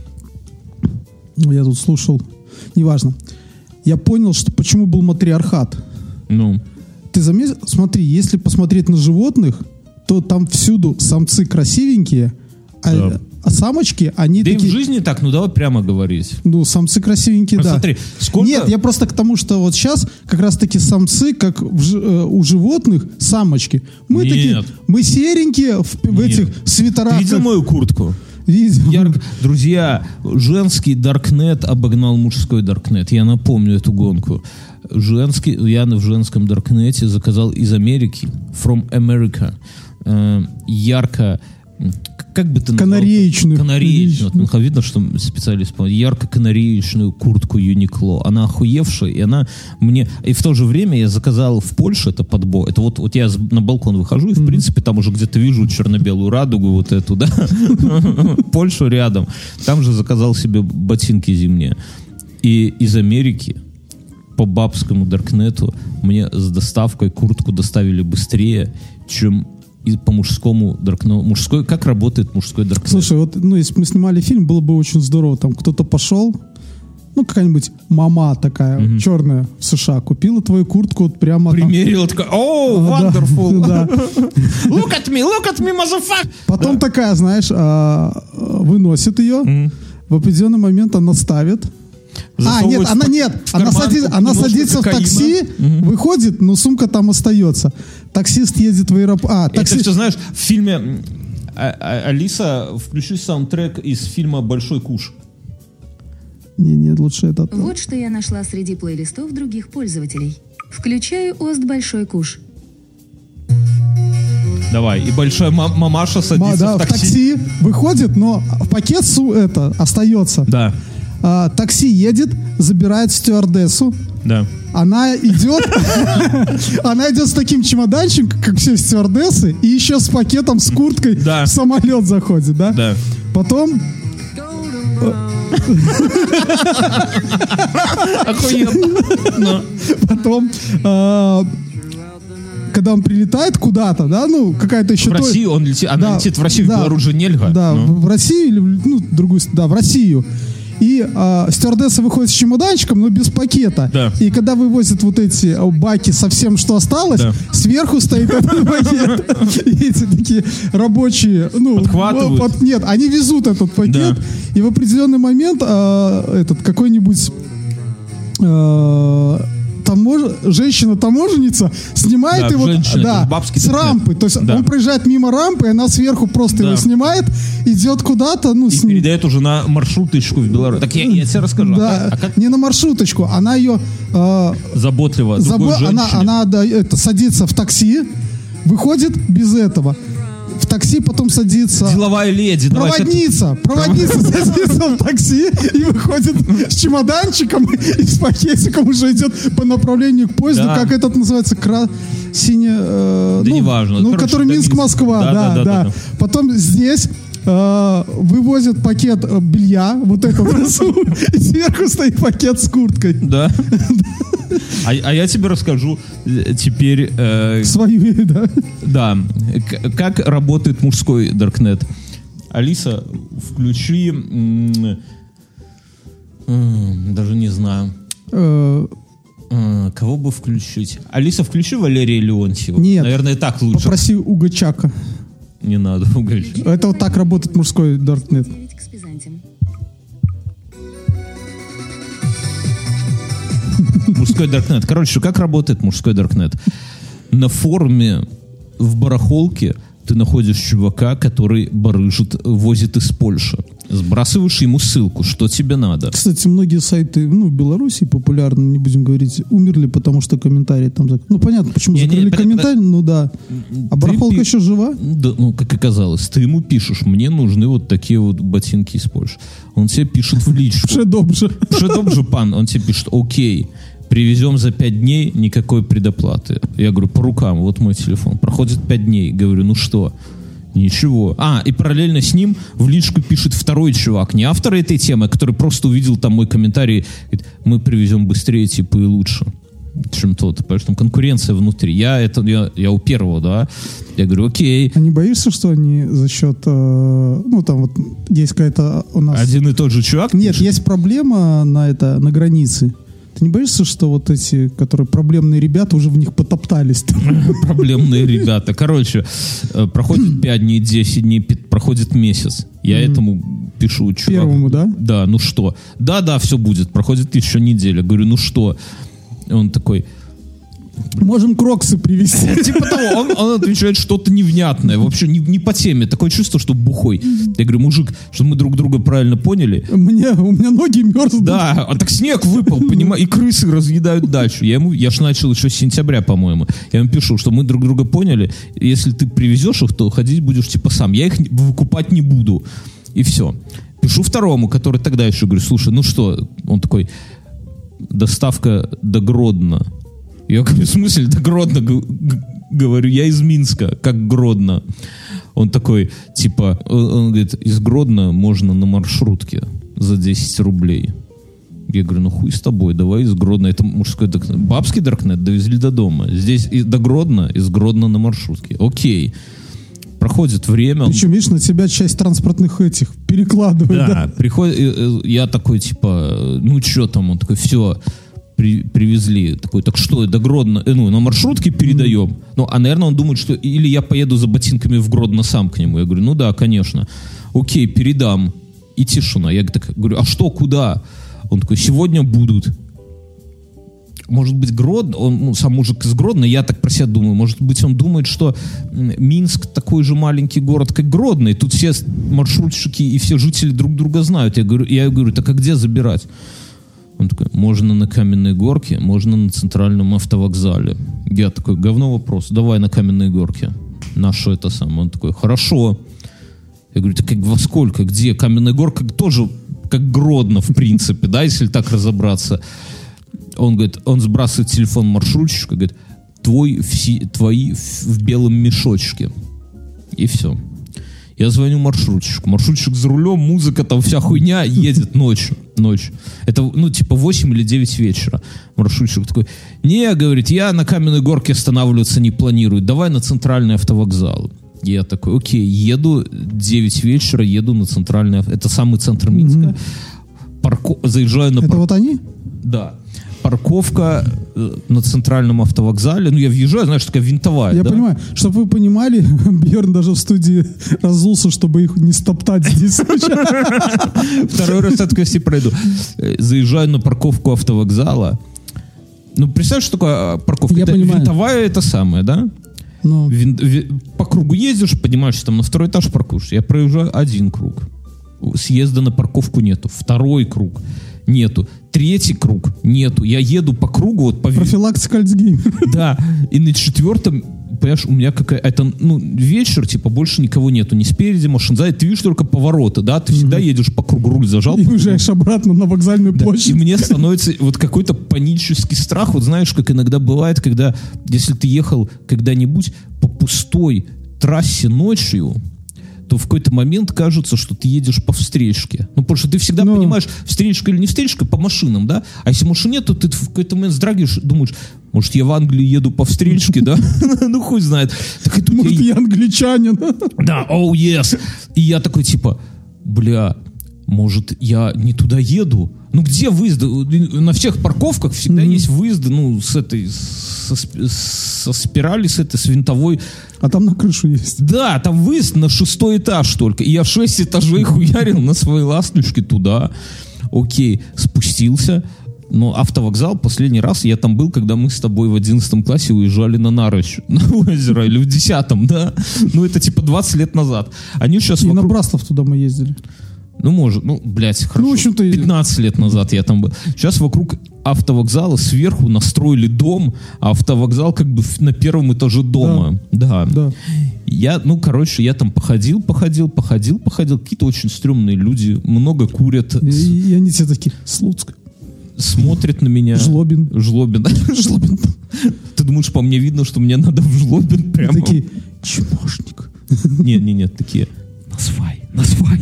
я тут слушал, неважно, я понял, что почему был матриархат. Ну. Ты заметил? Смотри, если посмотреть на животных, то там всюду самцы красивенькие, а, да. а самочки, они да такие... и в жизни так, ну давай прямо говорить. Ну, самцы красивенькие, да. Смотри, сколько... Нет, я просто к тому, что вот сейчас как раз-таки самцы, как в, э, у животных, самочки. Мы Нет. такие, мы серенькие в, в этих свитерах. Ты видел мою куртку? Видел. Я, друзья, женский Даркнет обогнал мужской Даркнет. Я напомню эту гонку. Женский, я в женском Даркнете заказал из Америки, from America, э, ярко, как бы ты назвал? Канареечную. Канареечную. Вот, ну, видно, что специалист понял. Ярко-канареечную куртку Uniqlo. Она охуевшая, и она мне... И в то же время я заказал в Польше, это подбор. Это вот, вот я на балкон выхожу, и, в mm-hmm. принципе, там уже где-то вижу черно-белую радугу, вот эту, да? Польшу рядом. Там же заказал себе ботинки зимние. И из Америки по бабскому Даркнету мне с доставкой куртку доставили быстрее, чем... И по мужскому даркнету. Мужской, как работает мужской даркнет? Слушай, вот, ну, если бы мы снимали фильм, было бы очень здорово. Там кто-то пошел, ну, какая-нибудь мама такая, mm-hmm. черная, в США, купила твою куртку вот прямо примерила, там... такая, о, wonderful. Да. Look at me, look at me, motherfucker. Потом такая, знаешь, выносит ее, в определенный момент она ставит. А, нет, она нет. Она, сади, она садится в такси, угу. выходит, но сумка там остается. Таксист едет в аэропорт. А, такси... Это все, знаешь, в фильме а, а, Алиса, включи саундтрек из фильма «Большой куш». Не, нет, лучше это. Вот что я нашла среди плейлистов других пользователей. Включаю Ост «Большой куш». Давай, и большая мамаша садится да, в такси. в такси, выходит, но пакет это остается. Да. А, такси едет, забирает стюардессу. Да. Она идет, она идет с таким чемоданчиком, как все стюардессы, и еще с пакетом, с курткой да. в самолет заходит, да? Да. Потом Охуенно. Потом, э, когда он прилетает куда-то, да, ну, какая-то еще... В то- Россию он летит, она Да, летит в Россию, да, в Беларусь же нельзя. Да, Ну. в в Россию или, в- ну, в другую, с- да, в Россию. И а, стюардесса выходит с чемоданчиком, но без пакета. Да. И когда вывозят вот эти а, баки со всем, что осталось, Да. сверху стоит этот пакет. И эти такие рабочие, ну, Подхватывают. под- нет, они везут этот пакет. Да. И в определенный момент а, этот какой-нибудь а, тамож- женщина-таможенница снимает Да, его женщина, да, это же бабский с интернет. рампы. То есть Да. он проезжает мимо рампы, и она сверху просто Да. его снимает, идет куда-то, ну, И с ним. передает уже на маршруточку в Беларусь. Так я, я тебе расскажу. А Да, как- а как не на маршруточку, она ее э, заботливо другой забо- она, женщине? она да, это, садится в такси, выходит без этого. В такси потом садится Деловая леди. давай, проводница. Проводница садится в такси и выходит с чемоданчиком и с пакетиком уже идет по направлению к поезду, Да. как этот называется, кра... синяя... э, Да ну, неважно. Ну, Короче, который до Минск-Москва, Минска. да, Да, да, да, да, да. Потом здесь э, вывозят пакет э, белья, вот этот, и сверху стоит пакет с курткой. Да. А, а я тебе расскажу э, теперь, э, Свою, да. да, к- как работает мужской Даркнет. Алиса, включи, м, м, даже не знаю, Э, э, кого бы включить. Алиса, включи Валерия Леонтьева. Нет. Наверное, так лучше. Попроси Уго Чака. Не надо, угощ. Это вот так работает мужской Даркнет. К спизантям. Мужской Даркнет. Короче, как работает мужской Даркнет? На форуме в барахолке ты находишь чувака, который барыжит, возит из Польши. Сбрасываешь ему ссылку, что тебе надо. Кстати, многие сайты, ну, в Беларуси популярны, не будем говорить, умерли, потому что комментарии там... зак- Ну, понятно, почему Не, не, закрыли понятно, комментарий, ну да. А Ты барахолка пи- еще жива? Да, ну, как оказалось, ты ему пишешь, мне нужны вот такие вот ботинки из Польши. Он тебе пишет в личку. Уже добже. Что добже, пан? Он тебе пишет, окей, привезем за пять дней, никакой предоплаты. Я говорю, по рукам, вот мой телефон. Проходит пять дней. Говорю, ну что? Ничего. А, и параллельно с ним в личку пишет второй чувак, не автор этой темы, а который просто увидел там мой комментарий, говорит, мы привезем быстрее, типа, и лучше, чем тот. Потому что там конкуренция внутри. Я, это, я, я у первого, да. Я говорю, окей. А не боишься, что они за счет... э, ну, там вот есть какая-то у нас... Один и тот же чувак? Нет, есть проблема на это, на границе. Ты не боишься, что вот эти, которые проблемные ребята, уже в них потоптались? Проблемные ребята. Короче, э, проходит пять дней, десять дней, пи- проходит месяц. Я этому пишу, чувак. Первому, да? Да, ну что? Да, да, все будет. Проходит еще неделя. Говорю, ну что? И он такой, Можем кроксы привезти. типа того, он, он отвечает что-то невнятное, вообще не, не по теме. Такое чувство, что бухой. Я говорю, мужик, чтобы мы друг друга правильно поняли. Мне, у меня ноги мерзнут. Да, а так снег выпал, понимаешь, и крысы разъедают дачу. Я ему, я ж начал еще с сентября, по-моему. Я ему пишу, что мы друг друга поняли. Если ты привезешь их, то ходить будешь типа сам. Я их не- выкупать не буду. И все. Пишу второму, который тогда еще говорю, слушай, ну что? Он такой, доставка до Гродно. Я говорю, в смысле до Гродно? Г- г- Говорю, я из Минска, как Гродно. Он такой, типа, он, он говорит, из Гродно можно на маршрутке за десять рублей. Я говорю, ну хуй с тобой, давай из Гродно. Это мужской Даркнет. Бабский Даркнет довезли до дома. Здесь и до Гродно, из Гродно на маршрутке. Окей. Проходит время. он- Причем, видишь, на тебя часть транспортных этих перекладывает. Да. Да, приходит, э, э, я такой, типа, э, ну что там, он такой, все, при- привезли. Такой, так что, до Гродно, э, ну, на маршрутке передаем. Ну, а, наверное, он думает, что или я поеду за ботинками в Гродно сам к нему. Я говорю, ну да, конечно. Окей, передам. И тишина. Я так говорю, а что, куда? Он такой, сегодня будут. Может быть, Гродно, он ну, сам мужик из Гродно, я так про себя думаю, может быть, он думает, что м, Минск такой же маленький город, как Гродно, и тут все с- маршрутчики и все жители друг друга знают. Я говорю, я говорю, так а где забирать? Он такой, можно на Каменной Горке, можно на центральном автовокзале. Я такой, говно вопрос, давай на Каменной Горке. На что это самое? Он такой, хорошо. Я говорю, так как, во сколько, где? Каменная Горка тоже как Гродно, в принципе, да, если так разобраться. Он говорит, он сбрасывает телефон маршрутчика, говорит, твой, все, твои в, в белом мешочке. И все. Я звоню маршрутчику. Маршрутчик за рулем, музыка, там вся хуйня, едет ночью. Ночью. Это, ну, типа восемь или девять вечера. Маршрутчик такой, не, говорит, я на Каменной Горке останавливаться не планирую. Давай на центральный автовокзал. Я такой, окей, еду, девять вечера, еду на центральный... Это самый центр Минска. Mm-hmm. Парко... Заезжаю на... Это пар... вот они? Да. Парковка э, на центральном автовокзале. Ну, я въезжаю, знаешь, такая винтовая. Я да? понимаю. Чтобы вы понимали, Бьерн даже в студии разулся, чтобы их не стоптать здесь. Второй раз от кости пройду. Заезжаю на парковку автовокзала. Ну, представь, что такое парковка. Я это понимаю. Винтовая это самое, да? Ну. Вин, ви, по кругу ездишь, поднимаешься там на второй этаж, паркуешь. Я проезжаю один круг. Съезда на парковку нету. Второй круг нету. Третий круг нету. Я еду по кругу. Вот по... Профилактика Альцгеймера. Да. И на четвертом, понимаешь, у меня какая... Это, ну, вечер, типа, больше никого нету. Ни спереди машин, сзади. Ты видишь только повороты, да? Ты всегда едешь по кругу, руль зажал. И уезжаешь обратно на вокзальную Да. площадь. И мне становится вот какой-то панический страх. Вот знаешь, как иногда бывает, когда, если ты ехал когда-нибудь по пустой трассе ночью, то в какой-то момент кажется, что ты едешь по встречке. Ну, потому что ты всегда Но... понимаешь, встречка или не встречка по машинам, да? А если машин нет, то ты в какой-то момент вздрагиваешь, думаешь, может, я в Англию еду по встречке, да? Ну, хуй знает. Может, я англичанин. Да, oh yes. И я такой, типа, бля, может, я не туда еду? Ну, где выезды? На всех парковках всегда mm-hmm. есть выезды, ну, с этой, со, со спирали, с этой, с винтовой. А там на крышу есть. Да, там выезд на шестой этаж только. И я шесть этажей хуярил на своей ласточке туда. Окей, спустился. Но автовокзал, последний раз я там был, когда мы с тобой в одиннадцатом классе уезжали на Нарочь, на озеро, или в десятом, да? Ну, это типа двадцать лет назад. Они сейчас И вокруг... на Браслов туда мы ездили. Ну, может, ну, блядь, хорошо. Ну, в общем-то, пятнадцать лет назад я там был. Сейчас вокруг автовокзала сверху настроили дом, а автовокзал как бы на первом этаже дома. Да. да. Да. Я, ну, короче, я там походил, походил, походил, походил. Какие-то очень стрёмные люди, много курят. И, и они все такие, Слуцк. Смотрят на меня. Жлобин. Жлобин. Жлобин. Ты думаешь, по мне видно, что мне надо в Жлобин прямо? Такие, чмошник. Нет, нет, нет, такие... Насвай, насвай.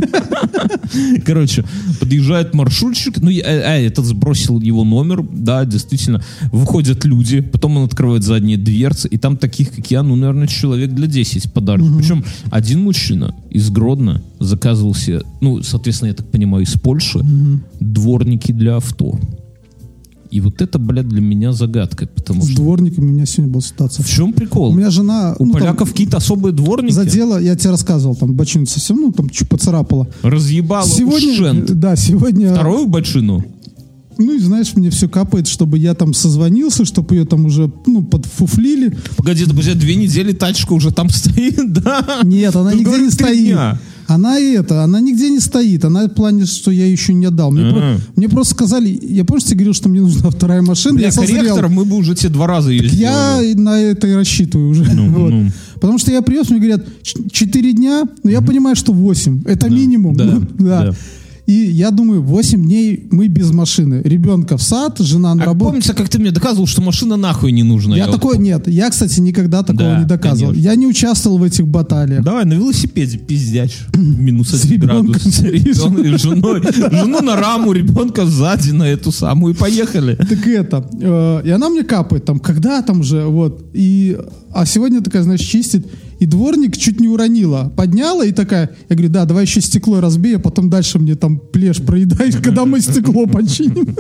Короче, подъезжает маршрутчик, ну, я, а, этот сбросил его номер, да, действительно, выходят люди, потом он открывает задние дверцы, и там таких, как я, ну, наверное, человек для десять подарок. Угу. Причем один мужчина из Гродно заказывал себе, ну, соответственно, я так понимаю, из Польши, угу. дворники для авто. И вот это, блядь, для меня загадка, потому С что... С дворниками у меня сегодня была ситуация. В чем прикол? У меня жена... У ну, поляков там, какие-то особые дворники? Задела, я тебе рассказывал, там, бочину совсем, ну, там, чуть поцарапала. Разъебала сегодня, ушент. Да, сегодня... Вторую бочину? Ну, и знаешь, мне все капает, чтобы я там созвонился, чтобы ее там уже, ну, подфуфлили. Погоди, погоди, две недели тачка уже там стоит, да? Нет, она Ты нигде говоришь, не стоит. Дня. Она это, она нигде не стоит. Она в плане, что я еще не отдал. Мне, про, мне просто сказали, я помню, тебе говорил, что мне нужна вторая машина. Бля, я созрел. корректором мы бы уже тебе два раза ее Я на это и рассчитываю уже. Ну, вот. ну. Потому что я привез, мне говорят, четыре дня, но я понимаю, что восемь. Это да, минимум. Да, ну, да. да. И я думаю, восемь дней мы без машины. Ребенка в сад, жена на а работу. Помните, как ты мне доказывал, что машина нахуй не нужна? Я, я такой, вот... нет, я, кстати, никогда такого да, не доказывал. конечно. Я не участвовал в этих баталиях. Давай на велосипеде пиздячь. Минус один градус. С ребенком и женой. Жену на раму, ребенка сзади на эту самую. И поехали. Так это. Э, и она мне капает там, когда там же, вот. И, а сегодня такая, знаешь, чистит. И дворник чуть не уронила. Подняла и такая, я говорю, да, давай еще стекло разбей, а потом дальше мне там плешь проедай, когда мы стекло починим.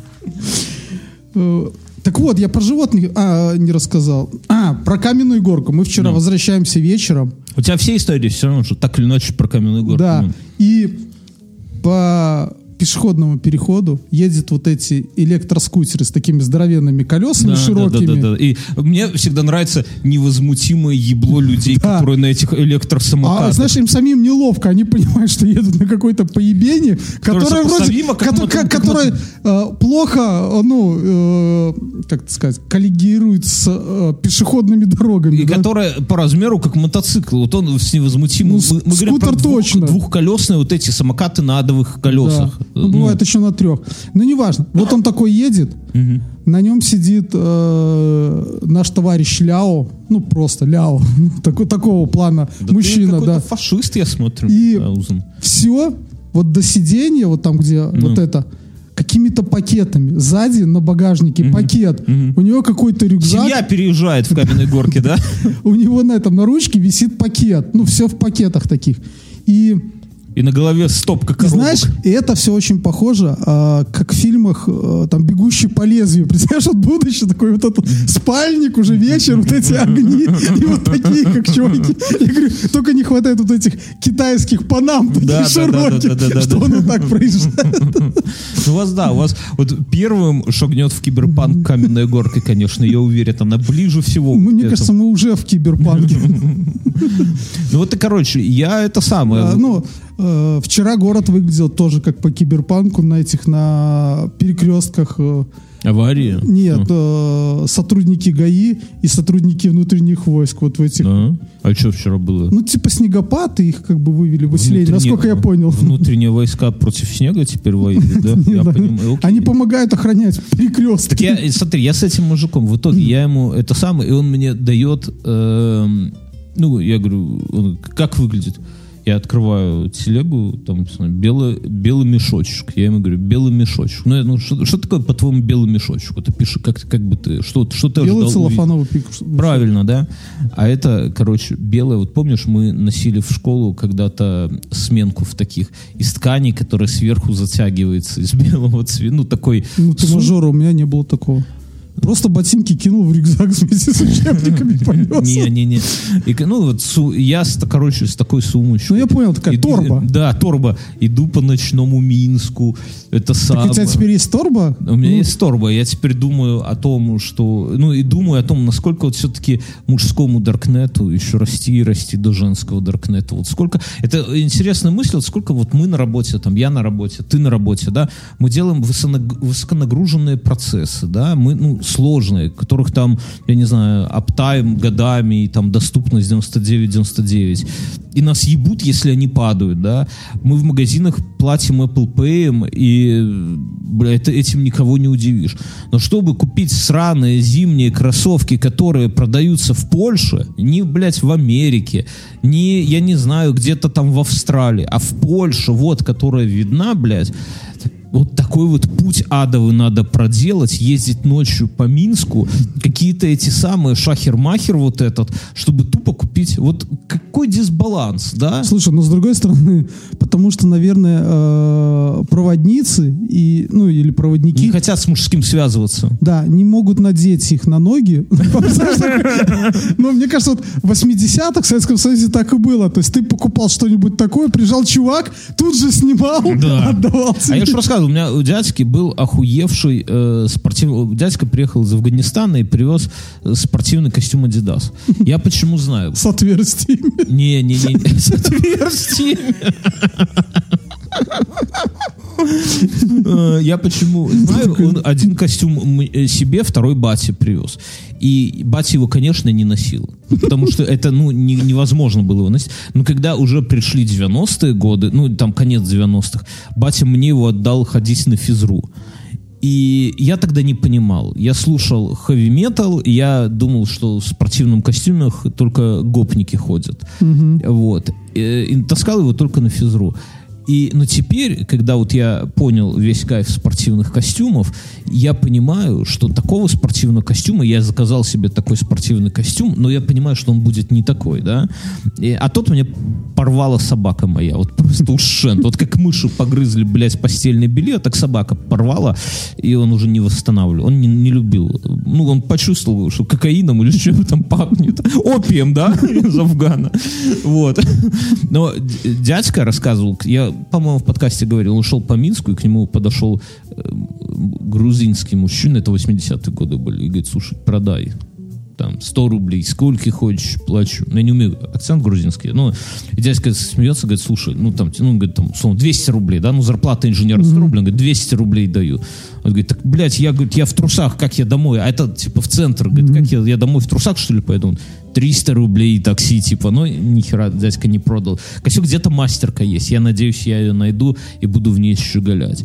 Так вот, я про животных а, не рассказал. А, про Каменную Горку. Мы вчера возвращаемся вечером. У тебя все истории все равно, что так или иначе про Каменную Горку. Да. И по пешеходному переходу едут вот эти электроскутеры с такими здоровенными колесами да, широкими. Да, да, да, да. И мне всегда нравится невозмутимое ебло людей, да. которые на этих электросамокатах. А, знаешь, им самим неловко. Они понимают, что едут на какой-то поебение, которое вроде... Как ко- мотом, как которое э, плохо, ну, э, как сказать, коллегирует с э, пешеходными дорогами. И да? которая по размеру как мотоцикл. Вот он с невозмутимым... Ну, мы, мы скутер говорим про двух, точно. двухколесные вот эти самокаты на адовых колесах. Да. Ну, бывает еще на трех. Но неважно. Вот он такой едет, Мгм. на нем сидит э, наш товарищ Ляо, ну просто Ляо, такой, такого плана Да ты мужчина, какой-то да. фашист, я смотрю. И Аузен. все вот до сиденья, вот там, где Ну. вот это, какими-то пакетами. Сзади на багажнике пакет. Мгм. У него какой-то рюкзак. Семья переезжает в Каменной Горке, да? У него на этом, на ручке висит пакет. Ну, все в пакетах таких. И, И на голове стопка и коробок. знаешь, и это все очень похоже, а, как в фильмах, а, там, «Бегущий по лезвию». Представляешь, вот будущее, такой вот этот спальник, уже вечер, вот эти огни, и вот такие, как чуваки. Я говорю, только не хватает вот этих китайских панам, таких Да, да, да, широких, да, да, да, что да. он вот так проезжает. У вас, да, у вас вот первым шагнет в киберпанк Каменная Горка, конечно, я уверен, она ближе всего. Ну, к мне этому. кажется, мы уже в киберпанке. Ну вот и, короче, я это самое... А, Ну, э, вчера город выглядел тоже как по киберпанку на этих, на перекрестках. э, Авария? Нет, э, сотрудники ГАИ и сотрудники внутренних войск вот в этих. Да? А что вчера было? Ну, типа снегопад, и их как бы вывели в усиление, Внутренние- насколько я понял. Внутренние войска против снега теперь воюют, да? Я Да. понимаю. Окей. Они помогают охранять перекрестки. Так я, смотри, я с этим мужиком, в итоге я ему это самое, и он мне дает, эм, ну, я говорю, он, как выглядит? Я открываю телегу, там написано белый, белый мешочек. Я ему говорю, белый мешочек. Ну, я, ну что, что такое, по-твоему, белый мешочек? Вот ты пишешь, как, как бы ты, что, что ты Белый ожидал увидеть? целлофановый пик. Правильно, да? А это, короче, белое. Вот помнишь, мы носили в школу когда-то сменку в таких из ткани, которая сверху затягивается из белого цвета. Ну, такой... Ну, ты сум- мажор, у меня не было такого. Просто ботинки кинул в рюкзак вместе с учебниками, понес. Не-не-не. И, ну, вот, су- я, с- короче, с такой сумочкой. Ну, я понял, такая Иду- торба. Да, торба. Иду по ночному Минску. Это Так самое. у тебя теперь есть торба? У меня Ну, есть торба. Я теперь думаю о том, что... Ну, и думаю о том, насколько вот все-таки мужскому даркнету еще расти и расти до женского даркнета. Вот сколько... Это интересная мысль, вот сколько вот мы на работе, там, я на работе, ты на работе, да, мы делаем высонаг- высоконагруженные процессы, да, мы, ну, сложные, которых там, я не знаю, аптайм годами, и там доступность девяносто девять девяносто девять. И нас ебут, если они падают, да. Мы в магазинах платим Apple Pay, и, бля, это, этим никого не удивишь. Но чтобы купить сраные зимние кроссовки, которые продаются в Польше, не, блядь, в Америке, не, я не знаю, где-то там в Австралии, а в Польше, вот, которая видна, блядь, вот такой вот путь адовый надо проделать, ездить ночью по Минску, какие-то эти самые шахер-махер вот этот, чтобы тупо купить. Вот какой дисбаланс, да? Слушай, но с другой стороны, потому что, наверное, э, проводницы и, ну, или проводники, Не хотят с мужским связываться. да, не могут надеть их на ноги. Но мне кажется, вот в восьмидесятых в Советском Союзе так и было. То есть ты покупал что-нибудь такое, приезжал чувак, тут же снимал, Да. отдавал А тебе. я же рассказывал, у меня у дядьки был охуевший э, спортивный... Дядька приехал из Афганистана и привез э, спортивный костюм Adidas. Я почему знаю? С отверстиями. Не-не-не, с отверстиями. Э, Я почему знаю, он один костюм м- э, себе, второй бате привез. И батя его, конечно, не носил. Потому что это, ну, не- невозможно было его носить. Но когда уже пришли девяностые годы, ну, там, конец девяностых, батя мне его отдал ходить на физру. И я тогда не понимал. Я слушал хэви-метал, и я думал, что в спортивном костюмах только гопники ходят. Вот. И, и таскал его только на физру. И, но теперь, когда вот я понял весь кайф спортивных костюмов, я понимаю, что такого спортивного костюма, я заказал себе такой спортивный костюм, но я понимаю, что он будет не такой, да. И, а тот мне порвала собака моя, вот просто ушент. Вот как мыши погрызли, блядь, постельное белье, так собака порвала, и он уже не восстанавливал. Он не, не любил. Ну, он почувствовал, что кокаином или чем там пахнет. Опием, да, из Афгана. Вот. Но дядька рассказывал, я, по-моему, в подкасте говорил, он шел по Минску, и к нему подошел э, грузинский мужчина, это восьмидесятые годы были, и говорит, слушай, продай там сто рублей, сколько хочешь, плачу. Ну, я не умею акцент грузинский. Ну, и дядька смеется, говорит, слушай, ну, там, ну, говорит, там, условно, двести рублей, да, ну, зарплата инженера сто рублей, он говорит, двести рублей даю. Он говорит, так, блядь, я, говорит, я в трусах, как я домой? А это, типа, в центр, говорит, как я, я домой в трусах, что ли, пойду? Он, триста рублей такси, типа, ну, нихера дядька не продал. Косек, где-то мастерка есть, я надеюсь, я ее найду и буду в ней щеголять.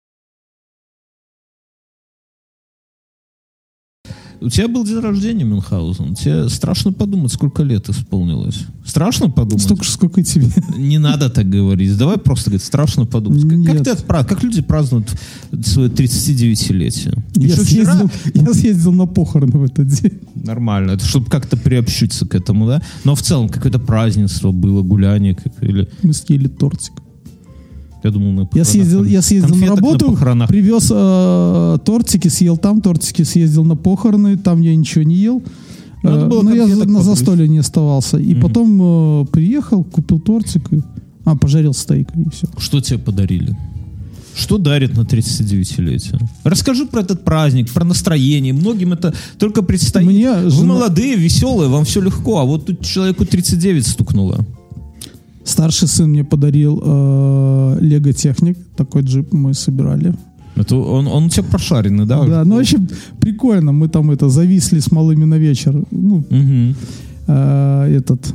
У тебя был день рождения, Мюнхгаузен. Тебе страшно подумать, сколько лет исполнилось. Страшно подумать? Столько же, сколько и тебе. Не надо так говорить. Давай просто говорить, страшно подумать. Как, как, ты отпра... как люди празднуют свое тридцатидевятилетие? Я съездил, я съездил на похороны в этот день. Нормально. Это чтобы как-то приобщиться к этому, да? Но в целом какое-то празднество было, гуляние. Как... Или... Мы съели тортик. Я думал, на я съездил, я съездил на работу, на привез э, тортики, съел там тортики, съездил на похороны, там я ничего не ел. Э, но я за, на застолье не оставался. И mm-hmm. потом э, приехал, купил тортик, и, а, пожарил стейк, и все. Что тебе подарили? Что дарит на тридцатидевятилетие? Расскажи про этот праздник, про настроение. Многим это только предстоит. Мне Вы жена... молодые, веселые, вам все легко, а вот тут человеку тридцать девять стукнуло. Старший сын мне подарил э, Лего Техник. Такой джип мы собирали. Это он, он у тебя прошаренный, да? Да, ну вообще прикольно. Мы там это зависли с малыми на вечер. Ну, угу. э, этот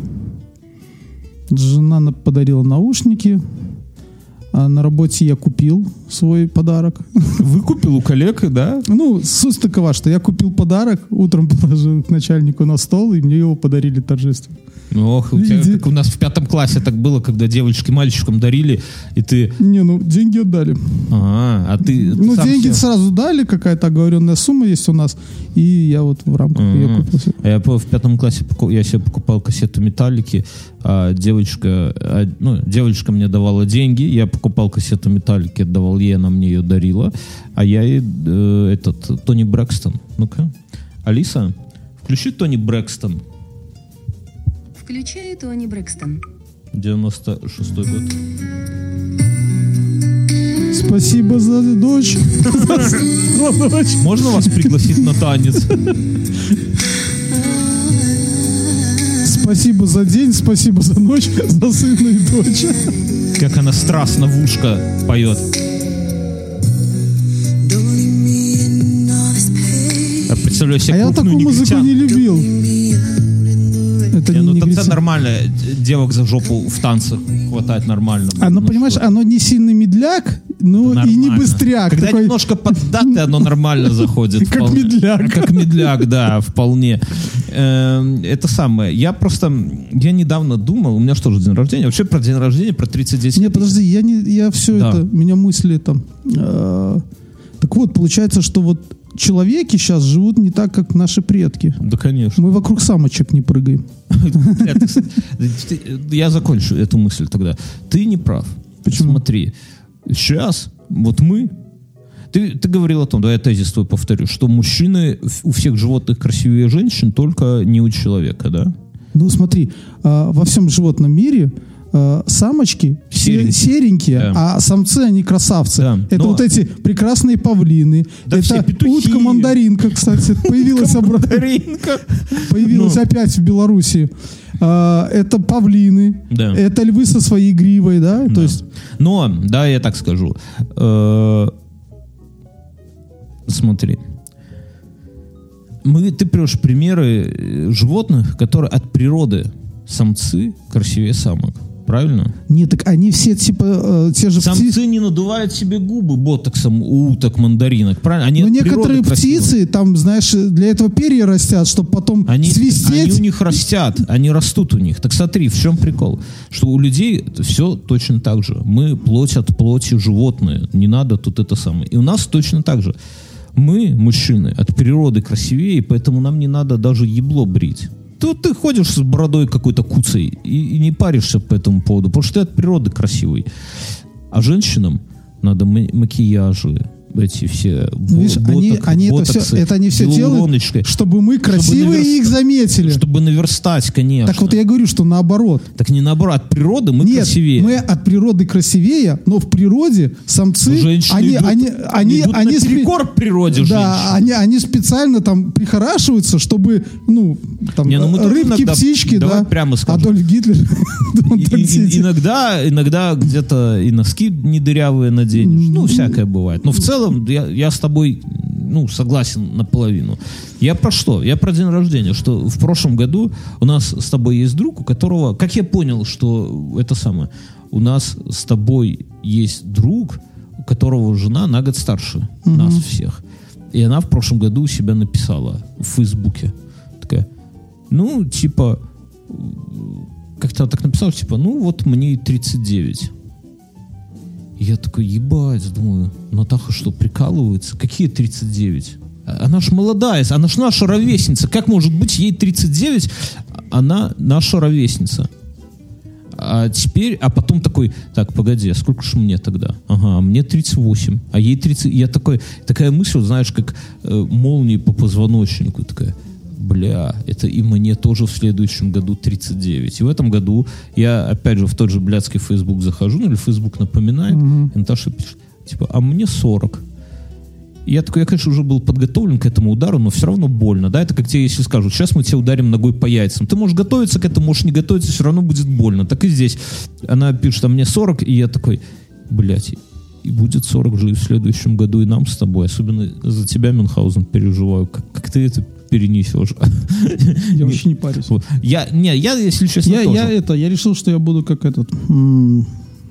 жена подарила наушники. А на работе я купил свой подарок. Выкупил у коллег, да? Ну, суть такова, что я купил подарок, утром положил к начальнику на стол, и мне его подарили торжественно. Ох, у тебя, как у нас в пятом классе так было, когда девочки мальчикам дарили, и ты... Не, ну, деньги отдали. А, а ты... ты ну, деньги сел... сразу дали, какая-то оговоренная сумма есть у нас, и я вот в рамках ее купил. А я в пятом классе я себе покупал кассету «Металлики», а девочка, а, ну, девочка мне давала деньги, я покупал кассету «Металлики», отдавал ей, она мне ее дарила, а я ей э, этот, Тони Брэкстон. Ну-ка, Алиса, включи Тони Брэкстон. Включаю Тони Брэкстон. девяносто шестой год. Спасибо за дочь. Можно вас пригласить на танец? Спасибо за день, спасибо за ночь, за сына и дочь. Как она страстно в ушко поет. Я представляю себе а я такую негритянку. Музыку не любил. Это не, не ну негритян. тогда нормально. Девок за жопу в танцах хватает нормально. Оно, ну, понимаешь, что? Оно не сильный медляк, но и не быстряк. Когда такой... немножко поддатый, оно нормально заходит. Как медляк. Как медляк, да, вполне. Это самое. Я просто, я недавно думал, у меня что же день рождения? Вообще про день рождения, про тридцать десять. Не, подожди, я не, я все это, у меня мысли там. Так вот, получается, что вот человеки сейчас живут не так, как наши предки. Да, конечно. Мы вокруг самочек не прыгаем. Я закончу эту мысль тогда. Ты не прав. Почему? Смотри, сейчас вот мы... Ты, ты говорил о том, да, я тезис твой повторю, что мужчины у всех животных красивее женщин, только не у человека, да? Ну, смотри, во всем животном мире самочки серенькие, серенькие да. А самцы, они красавцы. Да, это но... вот эти прекрасные павлины. Да, это утка-мандаринка, кстати, появилась обратно. Появилась опять в Беларуси. Это павлины. Да. Это львы со своей гривой, да? Да. То есть... Но, да, я так скажу. Смотри. Мы, ты приводишь примеры животных, которые от природы самцы красивее самок. Правильно? Нет, так они все типа э, те же самцы птицы. Не надувают себе губы ботоксом у уток, мандаринок. Правильно? Они но некоторые птицы, там, знаешь, для этого перья растят, чтобы потом они, свистеть. Они у них растят, они растут у них. Так смотри, в чем прикол? Что у людей все точно так же. Мы плоть от плоти животные. Не надо тут это самое. И у нас точно так же. Мы, мужчины, от природы красивее, поэтому нам не надо даже ебло брить. Тут ты ходишь с бородой какой-то куцей и, и не паришься по этому поводу, потому что ты от природы красивый. А женщинам надо макияжи, эти все Видишь, боток, они, они ботоксы, это, все, это они все делают, чтобы мы красивые чтобы наверст... их заметили. Чтобы наверстать, конечно. Так вот я говорю, что наоборот. Так не наоборот, от природы мы Нет, красивее. мы от природы красивее, но в природе самцы, женщины они, идут, они, они, идут они, наперекор спе... природе да, они, они специально там прихорашиваются, чтобы, ну, там, не, ну рыбки, иногда, птички, да, прямо Адольф Гитлер. Иногда, иногда где-то и носки не дырявые наденешь, ну, всякое бывает. Но в целом я, я с тобой ну, согласен наполовину. Я про что? Я про день рождения, что в прошлом году у нас с тобой есть друг, у которого, как я понял, что это самое, у нас с тобой есть друг, у которого жена на год старше угу. нас всех. И она в прошлом году у себя написала в Фейсбуке. Такая, ну, типа, как-то так написала, типа, ну, вот мне тридцать девять. И я такой, ебать, думаю, Натаха что, прикалывается? Какие тридцать девять? Она ж молодая, она ж наша ровесница. Как может быть ей тридцать девять, она наша ровесница? А теперь, а потом такой, так, погоди, а сколько же мне тогда? Ага, мне тридцать восемь, а ей тридцать... Я такой, такая мысль, вот, знаешь, как э, молнии по позвоночнику, такая, бля, это и мне тоже в следующем году тридцать девять. И в этом году я, опять же, в тот же блядский Facebook захожу, ну или Facebook напоминает, mm-hmm. и Наташа пишет, типа, а мне сорок. И я такой, я, конечно, уже был подготовлен к этому удару, но все равно больно, да, это как тебе, если скажут, сейчас мы тебя ударим ногой по яйцам. Ты можешь готовиться к этому, можешь не готовиться, все равно будет больно. Так и здесь. Она пишет, а мне сорок, и я такой, блядь, и будет сорок же и в следующем году и нам с тобой. Особенно за тебя, Мюнхгаузен, переживаю. Как, как ты это перенесешь? Я вообще не парюсь. Я, не, я, если честно, я, тоже. Я, это, я решил, что я буду как этот м-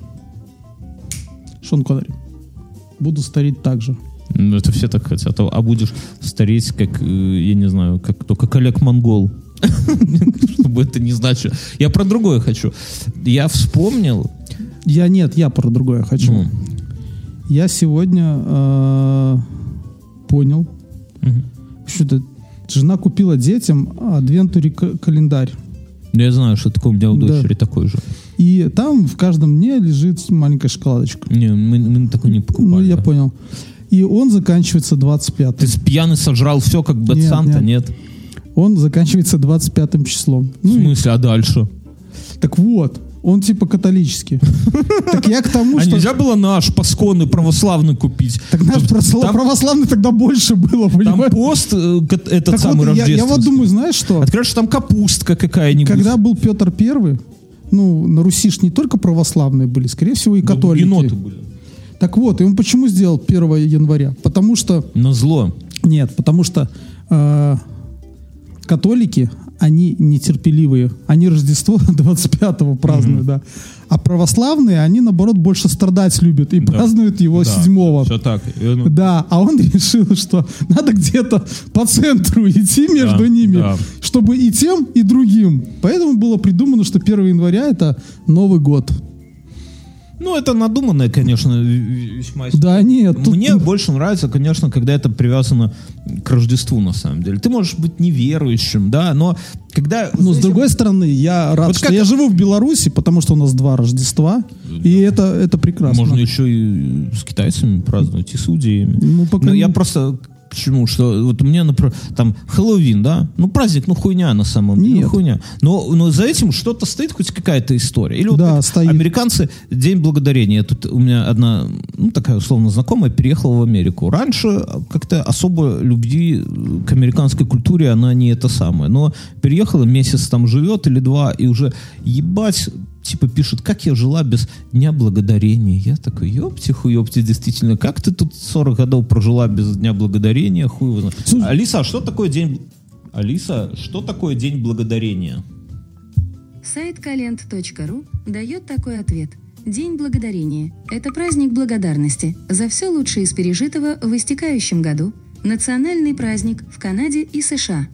Шон Коннери. Буду стареть так же. Ну, это все так хотят. А будешь стареть, как, я не знаю, как только как Олег Монгол. Чтобы это не значило. Я про другое хочу. Я вспомнил... Я нет, я про другое хочу. Mm. Я сегодня э, понял, mm-hmm. что-то жена купила детям адвентури календарь. Я знаю, что такое у меня у дочери да. такой же. И там в каждом дне лежит маленькая шоколадочка. Не, мы, мы такой не покупали. Ну, я да. понял. И он заканчивается двадцать пятым. Ты пьяный сожрал все, как Бэт нет, Санта, нет? нет? Он заканчивается двадцать пятым числом. В ну, смысле, и... а дальше? Так вот, он типа католический. Так я к тому, что... А нельзя было наш пасконный православный купить? Так наш православный тогда больше было, понимаешь? Там пост этот самый рождественский. Я вот думаю, знаешь что? Откроешь, что там капустка какая-нибудь. Когда был Петр Первый, ну, на Руси ж не только православные были, скорее всего, и католики. Еноты были. Так вот, и он почему сделал первого января? Потому что... На зло. Нет, потому что э, католики, они нетерпеливые. Они Рождество двадцать пятого празднуют, mm-hmm. да. А православные, они, наоборот, больше страдать любят и да. празднуют его да. седьмого. Все так. Да, а он решил, что надо где-то по центру идти между да. ними, да. чтобы и тем, и другим. Поэтому было придумано, что первого января это Новый год. Ну, это надуманное, конечно, весьма... Да, нет. Мне тут... больше нравится, конечно, когда это привязано к Рождеству, на самом деле. Ты можешь быть неверующим, да, но когда... Но, с другой стороны, я рад, вот что как... я живу в Беларуси, потому что у нас два Рождества, да. и это, это прекрасно. Можно еще и с китайцами праздновать, и с иудеями. Ну, пока... Но я просто... Почему? Что вот у меня, например, там Хэллоуин, да? Ну, праздник, ну, хуйня на самом деле. Нет. Ну, хуйня. Но, но за этим что-то стоит, хоть какая-то история. Или вот да, стоит. Американцы, День Благодарения. Тут у меня одна, ну, такая условно знакомая переехала в Америку. Раньше как-то особо любви к американской культуре она не это самое. Но переехала, месяц там живет или два, и уже ебать... Типа пишут, как я жила без Дня Благодарения. Я такой, ёпти-хуёпти, действительно, как ты тут сорок годов прожила без Дня Благодарения? Хуй его знает. Слушай, Алиса, а что такое День... Алиса, что такое День Благодарения? Сайт калент точка ру дает такой ответ. День Благодарения – это праздник благодарности за все лучшее из пережитого в истекающем году. Национальный праздник в Канаде и США.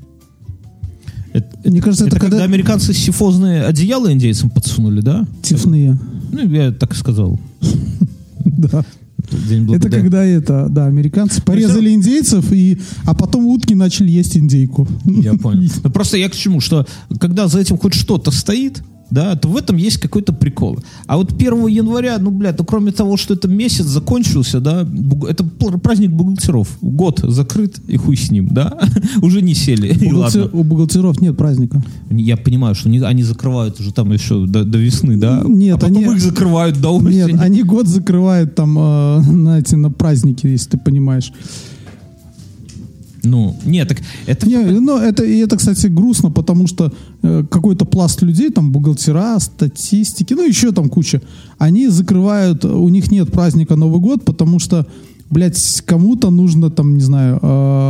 Это, Мне кажется, это, это когда... когда американцы сифозные одеяла индейцам подсунули, да? Тифные. Ну, я так и сказал. Да. Это когда это, да, американцы порезали индейцев, и, а потом утки начали есть индейку. Я понял. Но просто я к чему, что когда за этим хоть что-то стоит, да, то в этом есть какой-то прикол. А вот первого января, ну, блядь, ну, кроме того, что это месяц закончился, да, это праздник бухгалтеров. Год закрыт, и хуй с ним, да, уже не сели. Бухгалтер, у бухгалтеров нет праздника. Я понимаю, что они, они закрывают уже там еще до, до весны, да? Нет, а потом они, их закрывают до осени. Нет, они год закрывают там, э, знаете, на праздники, если ты понимаешь. Ну, нет, так это... Не, ну, это, и это, кстати, грустно, потому что э, какой-то пласт людей, там, бухгалтера, статистики, ну, еще там куча, они закрывают, у них нет праздника Новый год, потому что блядь, кому-то нужно, там, не знаю,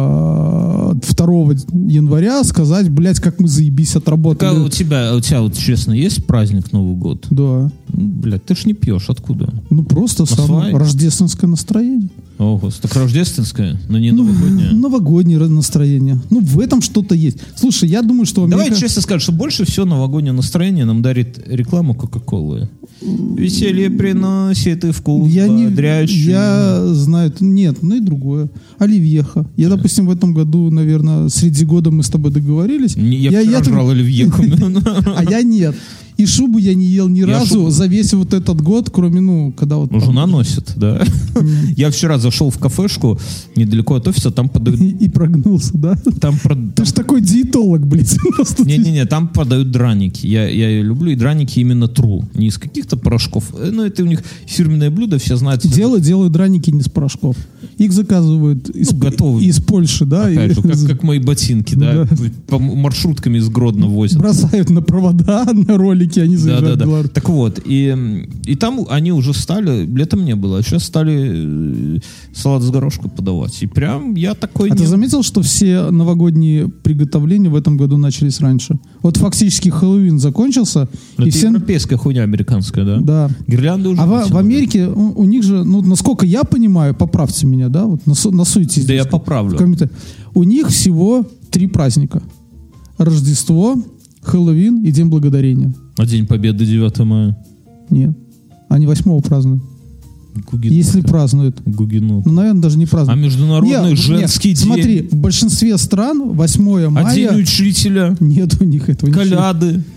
второго января сказать, блядь, как мы заебись отработали. А у тебя, у тебя вот, честно, есть праздник Новый год? Да. Блядь, ты ж не пьешь, откуда? Ну, просто самое рождественское настроение. О, господи, так рождественское, но не новогоднее. Ну, новогоднее настроение. Ну, в этом что-то есть. Слушай, я думаю, что... Давай Америка... честно скажем, что больше всего новогоднее настроение нам дарит реклама Кока-Колы. Веселье приносит и вкус я бодрящий. Не, я знаю... Нет, ну и другое. Оливьеха. Я, да. допустим, в этом году, наверное, среди года мы с тобой договорились. Не, я я, вчера я жрал оливьеху. А я нет. И шубу я не ел ни разу за весь вот этот год, кроме, ну, когда вот... Ну, жена носит, да. Я вчера зашел в кафешку недалеко от офиса, там подают... И прогнулся, да? Ты ж такой диетолог, блядь. Не-не-не, там подают драники. Я люблю и драники именно тру. Не из каких-то порошков. Ну, это у них фирменное блюдо, все знают. Делают, делают драники не из порошков. Их заказывают из, готовы. из Польши, да? Опять же, как, как мои ботинки, да? По маршрутками из Гродно возят. Бросают на провода, на ролики. Они да, да, да. Так вот, и, и там они уже стали, летом не было, а сейчас стали салат с горошком подавать. И прям я такой... А не... ты заметил, что все новогодние приготовления в этом году начались раньше? Вот фактически Хэллоуин закончился. Но и это все... европейская хуйня американская, да? Да. Гирлянды уже... А в, в Америке у, у них же, ну, насколько я понимаю, поправьте меня, да? Вот насу, насуйтесь. Да я поправлю. У них всего три праздника. Рождество, Хэллоуин и День Благодарения. А День Победы девятого мая? Нет. Они восьмого празднуют. Гугеноты. Если празднуют. Гугеноты. Ну, наверное, даже не празднуют. А международный нет, женский нет, день? Смотри, в большинстве стран восьмое мая... А День учителя? Нет у них этого. Коляды? Ничего.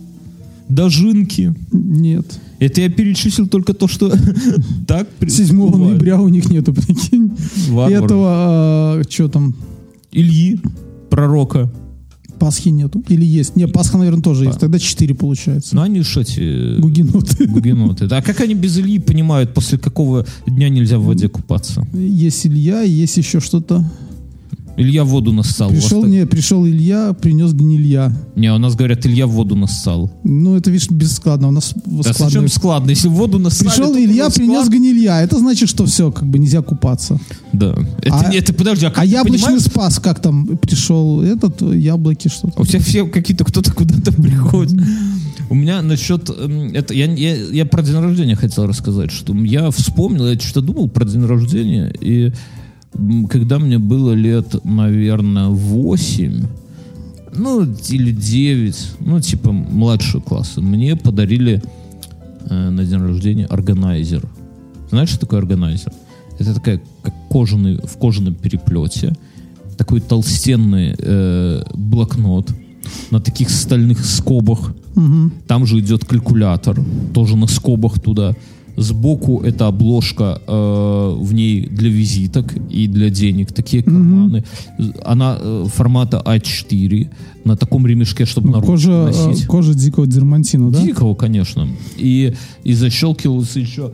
Дожинки? Нет. Это я перечислил только то, что так... седьмого ноября у них нету, прикинь. Варвары. Этого, что там? Ильи, пророка. Пасхи нету. Или есть? Не, Пасха, наверное, тоже а. есть. Тогда четыре получается. Ну, они же эти... Гугеноты. Гугеноты. Да, а как они без Ильи понимают, после какого дня нельзя в воде купаться? Есть Илья, есть еще что-то. Илья в воду нассал. Пришел, не, пришел Илья, принес гнилья. Не, у нас говорят, Илья в воду нассал. Ну, это, видишь, бесскладно. У нас да зачем складно? Если в воду нассали... Пришел Илья, принес гнилья. Это значит, что все, как бы нельзя купаться. Да. Это, а, нет, ты подожди, а как А яблочный понимаешь? спас, как там пришел этот, яблоки, что-то. А у тебя все какие-то, кто-то куда-то приходит. У меня насчет... Это, я, я, я про день рождения хотел рассказать, что я вспомнил, я что-то думал про день рождения, и когда мне было лет, наверное, восемь, ну, или девять, ну, типа, младшие классы, мне подарили э, на день рождения органайзер. Знаешь, что такое органайзер? Это такая, как кожаный, в кожаном переплете, такой толстенный э, блокнот на таких стальных скобах. Угу. Там же идет калькулятор, тоже на скобах туда. Сбоку это обложка, э, в ней для визиток и для денег такие карманы. Mm-hmm. Она э, формата а четыре, на таком ремешке, чтобы ну, на руку носить. Кожа дикого дермантина, да? Дикого, конечно. И, и защелкивался еще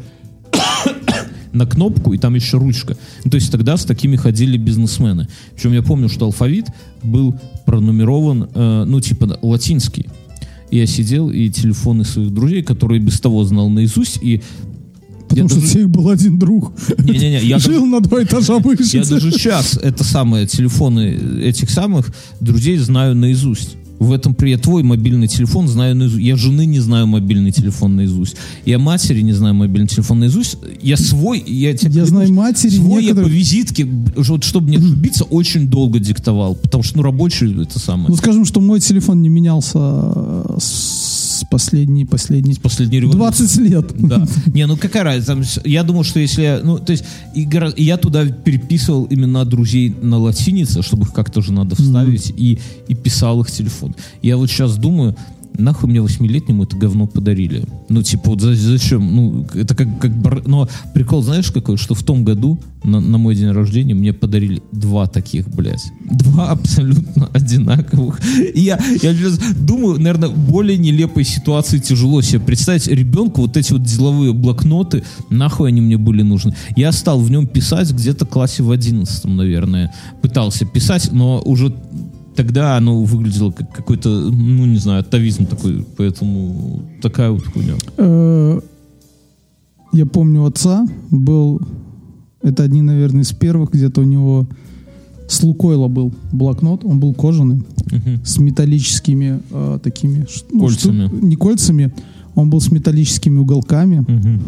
на кнопку, и там еще ручка. Ну, то есть тогда с такими ходили бизнесмены. Причем я помню, что алфавит был пронумерован, э, ну, типа латинский. И я сидел, и телефоны своих друзей, которые без того знал наизусть, и потому что у тебя был один друг. Не-не-не, я жил даже, на два этажа выше. Я даже сейчас это самое, телефоны этих самых друзей знаю наизусть. В этом при я твой мобильный телефон знаю наизусть. Я жены не знаю мобильный телефон наизусть. Я матери не знаю мобильный телефон наизусть. Я свой, я тебе Я знаю матери. Свой некоторых... я по визитке, вот, чтобы не ошибиться, очень долго диктовал. Потому что, ну, рабочий это самое. Ну, скажем, что мой телефон не менялся с последней, последней... С последней революции. двадцать лет. Да. Не, ну какая разница? Я думал, что если я... Ну, то есть, и, я туда переписывал имена друзей на латинице, чтобы их как-то же надо вставить, mm-hmm. и, и писал их телефон. Я вот сейчас думаю, нахуй мне восьмилетнему это говно подарили? Ну, типа, вот зачем? Ну, это как... как бар... Но прикол, знаешь, какой? Что в том году на, на мой день рождения мне подарили два таких, блядь. Два абсолютно одинаковых. И я, я сейчас думаю, наверное, более нелепой ситуации тяжело себе представить. Ребенку вот эти вот деловые блокноты, нахуй они мне были нужны? Я стал в нем писать где-то в классе в одиннадцатом, наверное. Пытался писать, но уже... Тогда оно выглядело как какой-то, ну, не знаю, атовизм такой, поэтому такая вот хуйня. Я помню, у отца был Это одни, наверное, из первых, где-то у него с Лукойла был блокнот, он был кожаный, Мгм. с металлическими э, такими... ш- ну, Кольцами. шту- не кольцами, он был с металлическими уголками. Мгм.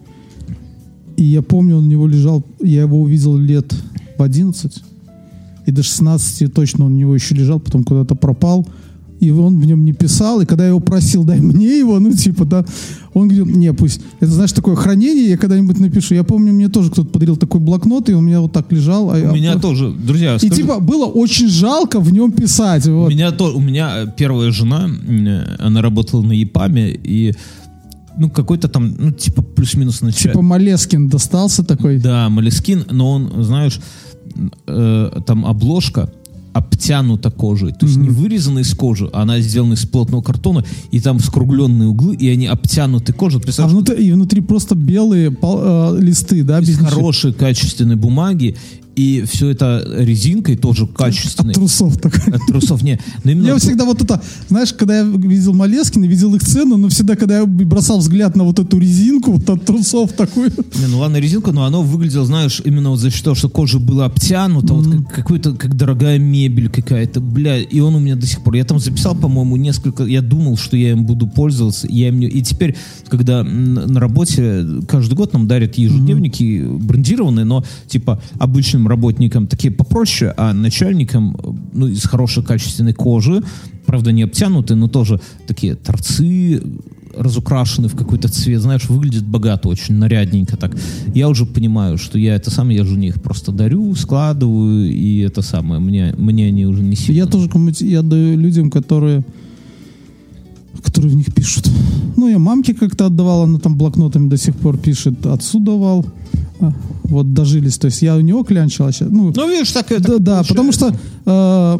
И я помню, он у него лежал, я его увидел лет в одиннадцать, и до шестнадцати точно он у него еще лежал, потом куда-то пропал, и он в нем не писал, и когда я его просил, дай мне его, ну типа, да, он говорил, не, пусть, это, знаешь, такое хранение, я когда-нибудь напишу. Я помню, мне тоже кто-то подарил такой блокнот, и он у меня вот так лежал. а У я- меня тоже, друзья, И скажу- типа было очень жалко в нем писать, у вот. меня то, у меня первая жена, э, она работала на ЕПАМе, и ну какой-то там, ну типа плюс-минус начальник. Типа Малескин достался такой. Да, Молескин, но он, знаешь, э, там обложка обтянута кожей, то есть не вырезана из кожи, а она сделана из плотного картона, и там скругленные углы, и они обтянуты кожей. А Представляешь, внутри, и внутри просто белые пол- э, листы, да, из без ничего. хорошей качественной бумаги, и все это резинкой тоже От качественной. трусов такой. От трусов, не. Но именно Я всегда вот это, знаешь, когда я видел Малескина, видел их цену, но всегда, когда я бросал взгляд на вот эту резинку, вот от трусов такую. Не, ну ладно, резинка, но оно выглядело, знаешь, именно вот за счет того, что кожа была обтянута, вот как, какой-то, как дорогая мебель какая-то, бля, и он у меня до сих пор, я там записал, по-моему, несколько, я думал, что я им буду пользоваться, я им не- и теперь, когда м, на работе каждый год нам дарят ежедневники брендированные, но, типа, обычным работникам такие попроще, а начальникам, ну, из хорошей качественной кожи, правда, не обтянутые, но тоже такие торцы, разукрашены в какой-то цвет, знаешь, выглядит богато, очень нарядненько так. Я уже понимаю, что я это самое, я жене их просто дарю, складываю, и это самое, мне, мне они уже не сильно. Я тоже кому-то- я даю людям, которые которые в них пишут. Ну, я мамке как-то отдавал, она там блокнотами до сих пор пишет, отцу давал. А, Вот дожились. То есть я у него клянчил, а сейчас... Ну, Ну, видишь, так это да, да, потому получается. что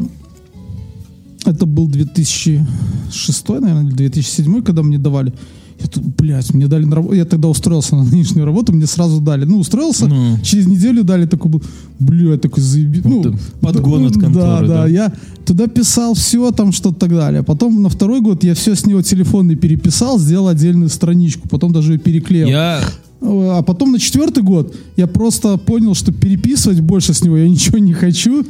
э, это был две тысячи шестой, наверное, или две тысячи седьмой, когда мне давали. Я тут, блядь, мне дали на работу. Я тогда устроился на нынешнюю работу, мне сразу дали. Ну, устроился, Ну. через неделю дали такой был, блядь, такой заеби... Вот Ну, ты, подгон от да, конторы, да, да. я туда писал все, там что-то так далее. Потом на второй год я все с него телефонный переписал, сделал отдельную страничку, потом даже ее переклеил. Я... А потом на четвертый год я просто понял, что переписывать больше с него я ничего не хочу.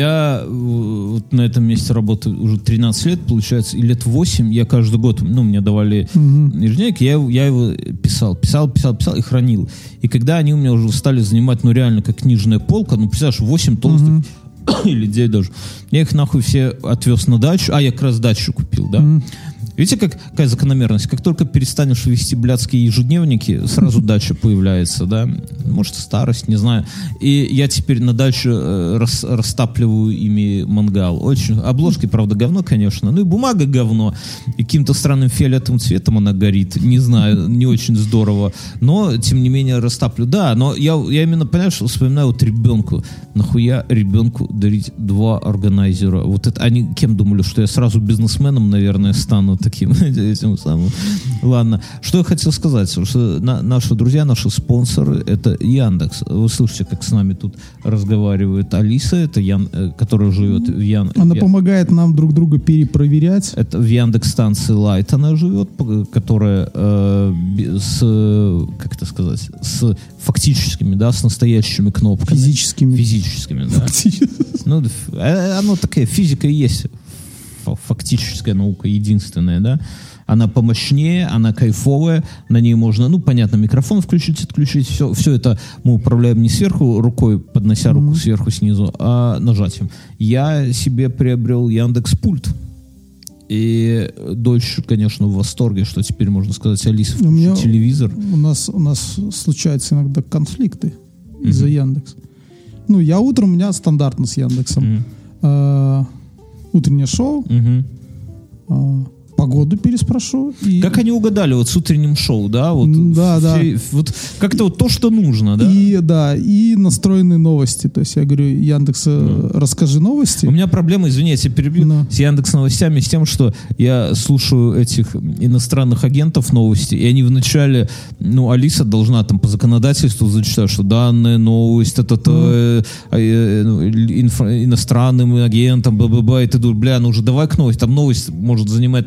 Я э, вот на этом месте работаю уже тринадцать лет, получается, и лет восемь я каждый год, ну, мне давали ежедневник, я, его- я его писал, писал, писал, писал и хранил. И когда они у меня уже стали занимать, ну, реально, как книжная полка, ну, представляешь, восемь толстых, или девять даже, я их нахуй все отвез на дачу, а я как раз дачу купил, да. Видите, как, какая закономерность? Как только перестанешь вести блядские ежедневники, сразу дача появляется, да? Может, старость, не знаю. И я теперь на дачу э, рас- растапливаю ими мангал. Очень. Обложкой, правда, говно, конечно. Ну и бумага говно. И каким-то странным фиолетовым цветом она горит. Не знаю, не очень здорово. Но, тем не менее, растаплю. Да, но я, я именно, понимаешь, вспоминаю вот ребенку. Нахуя ребенку дарить два органайзера? Вот это, они кем думали, что я сразу бизнесменом, наверное, стану таким этим самым. Ладно. Что я хотел сказать, что на- наши друзья, наши спонсоры, это Яндекс. Вы слышите, как с нами тут разговаривает Алиса, это Ян, э, которая живет в Ян... Она Я- помогает нам друг друга перепроверять. это в Яндекс-станции Лайт она живет, п- которая э, би- с, э, как это сказать, с фактическими, да, с настоящими кнопками. Физическими. Физическими, да. Ну, ф- э, оно такая, физика и есть фа- фактическая наука единственная, да. Она помощнее, она кайфовая, на ней можно, ну, понятно, микрофон включить, отключить, все, все это мы управляем не сверху рукой, поднося руку сверху, снизу, а нажатием. Я себе приобрел Яндекс.Пульт. И дольше, конечно, в восторге, что теперь можно сказать, Алиса, У меня- включи телевизор. У нас, у нас случаются иногда конфликты из-за Яндекса. Ну, я утром, у меня стандартно с Яндексом. Мгм. А, утреннее шоу, Мгм. а, погоду переспрошу. И, Как они угадали вот с утренним шоу, да? Вот, М, да, да. все- Вот как-то вот то, что нужно, да? и, да, и настроенные новости. То есть я говорю, Яндекс, э, расскажи новости. У меня проблема, извини, я тебя перебью, Ну. с Яндекс новостями, с тем, что я слушаю этих иностранных агентов новости, и они вначале, ну, Алиса должна там по законодательству зачитать, что данная новость, это то иностранным агентам, бла-бла-бла, и ты думаешь, бля, ну уже давай к новости, там новость может занимать там несколько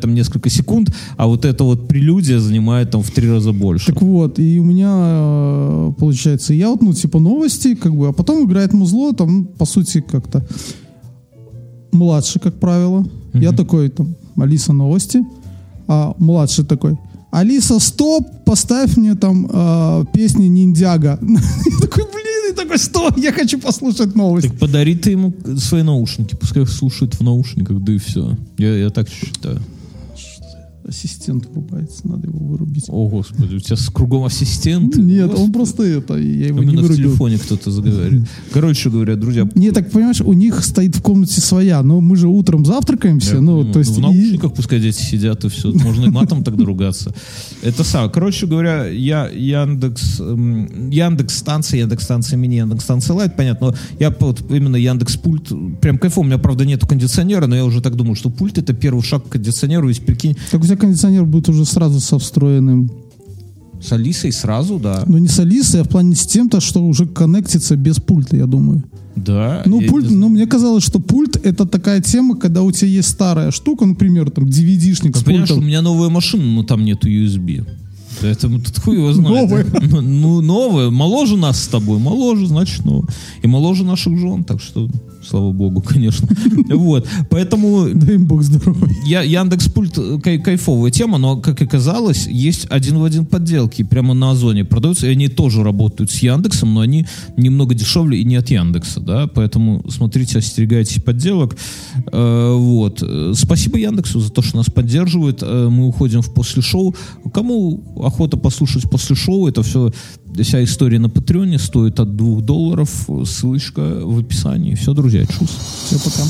секунд, а вот эта вот прелюдия занимает там в три раза больше. Так вот, и у меня, э, получается, я вот, ну, типа новости, как бы, а потом играет музло, там, ну, по сути, как-то младший, как правило. Mm-hmm. Я такой, там, Алиса, новости, а младший такой: Алиса, стоп, поставь мне там э, песни Ниндзяго. Я такой, блин, и такой, стоп, я хочу послушать новости. Так подари ты ему свои наушники, пускай их слушают в наушниках, да и все. Я, я так считаю. Ассистент врубается, надо его вырубить. О, господи, у тебя с кругом ассистент? Нет, Господи. он просто это, я его Именно не вырубил. в телефоне кто-то заговаривает. Короче говоря, друзья... Не, так понимаешь, у них стоит в комнате своя, но мы же утром завтракаемся, ну, понимаю. то есть... В наушниках пускай дети сидят, и все. Можно и матом тогда ругаться. Это сам. Короче говоря, я Яндекс... Яндекс станция, Яндекс станция мини, Яндекс станция лайт, понятно, но я вот именно Яндекс пульт, прям кайфово, у меня, правда, нету кондиционера, но я уже так думаю, что пульт — это первый шаг к кондиционеру, ведь прикинь... Так у тебя кондиционер будет уже сразу со встроенным. С Алисой сразу, да. Ну, не с Алисой, а в плане с тем-то, что уже коннектится без пульта, я думаю. Да. Ну, пульт, ну, мне казалось, что пульт — это такая тема, когда у тебя есть старая штука, например, там, ди ви ди-шник Ты с понимаешь, пультом. у меня новая машина, но там нету ю эс би. Поэтому тут хуй его знает. Новая. Ну, новая. Моложе нас с тобой. Моложе, значит, новая. И моложе наших жен. Так что, слава богу, конечно. Вот. Поэтому... Дай им бог здоровья. Я, Яндекс.Пульт кай, кайфовая тема, но, как оказалось, есть один в один подделки. Прямо на Озоне продаются, и они тоже работают с Яндексом, но они немного дешевле и не от Яндекса, да, поэтому смотрите, остерегайтесь подделок. Э, вот. Спасибо Яндексу за то, что нас поддерживает. Э, мы уходим в после шоу. Кому охота послушать после шоу, это все, вся история на Патреоне стоит от двух долларов. Ссылочка в описании. Все, друзья, чус. Все, пока.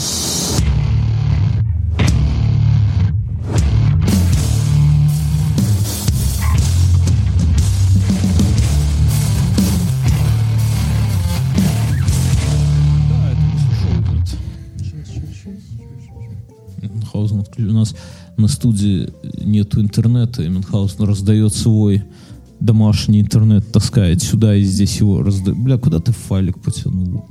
Мюнхгаузен отключ- у нас на студии нету интернета, и Мюнхгаузен раздает свой домашний интернет, таскает сюда и здесь его раздает. Бля, куда ты файлик потянул?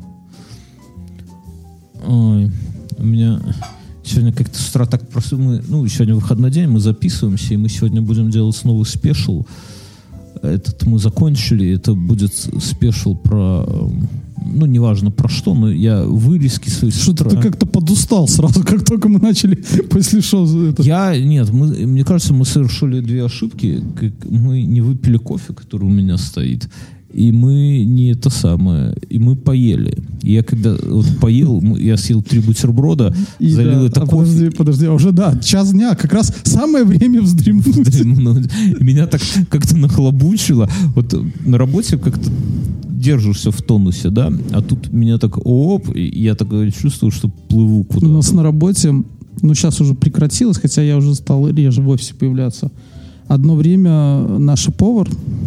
Ой, у меня сегодня как-то с утра так просто... Мы, ну, сегодня выходной день, мы записываемся, и мы сегодня будем делать новый спешл. Этот мы закончили, это будет спешл про... Ну, неважно про что, но я вырезки свои... Что-то ты как-то подустал сразу, как только мы начали после шоу. Это... Я, нет, мы, мне кажется, мы совершили две ошибки. Как мы не выпили кофе, который у меня стоит, и мы не это самое, и мы поели. И я когда вот поел, я съел три бутерброда, и залил да, это а кофе. Подожди, подожди, а уже да, час дня, как раз самое время вздремнуть. Меня так как-то нахлобучило. Вот на работе как-то держишься в тонусе, да, а тут меня так оп, и я так чувствую, что плыву куда-то. У нас на работе, ну сейчас уже прекратилось, хотя я уже стал реже в офисе появляться. Одно время наша повар,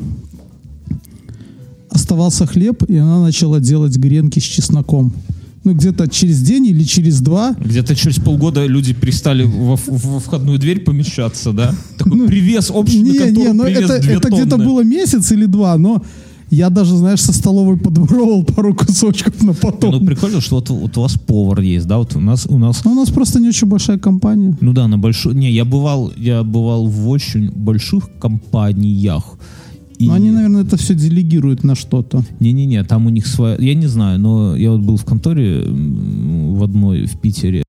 оставался хлеб, и она начала делать гренки с чесноком. Ну, где-то через день или через два. Где-то через полгода люди перестали во, во входную дверь помещаться, да? Такой ну, привес общий не, на контору, не, ну привес это, две это тонны. где-то было месяц или два, но я даже, знаешь, со столовой подворовал пару кусочков на потом. Ну, прикольно, что вот, вот у вас повар есть, да? Вот у нас, у нас... Ну, у нас просто не очень большая компания. Ну да, на большой... Не, я бывал, я бывал в очень больших компаниях. И... Но они, наверное, это все делегируют на что-то. Не-не-не, там у них своя... Я не знаю, но я вот был в конторе в одной в Питере,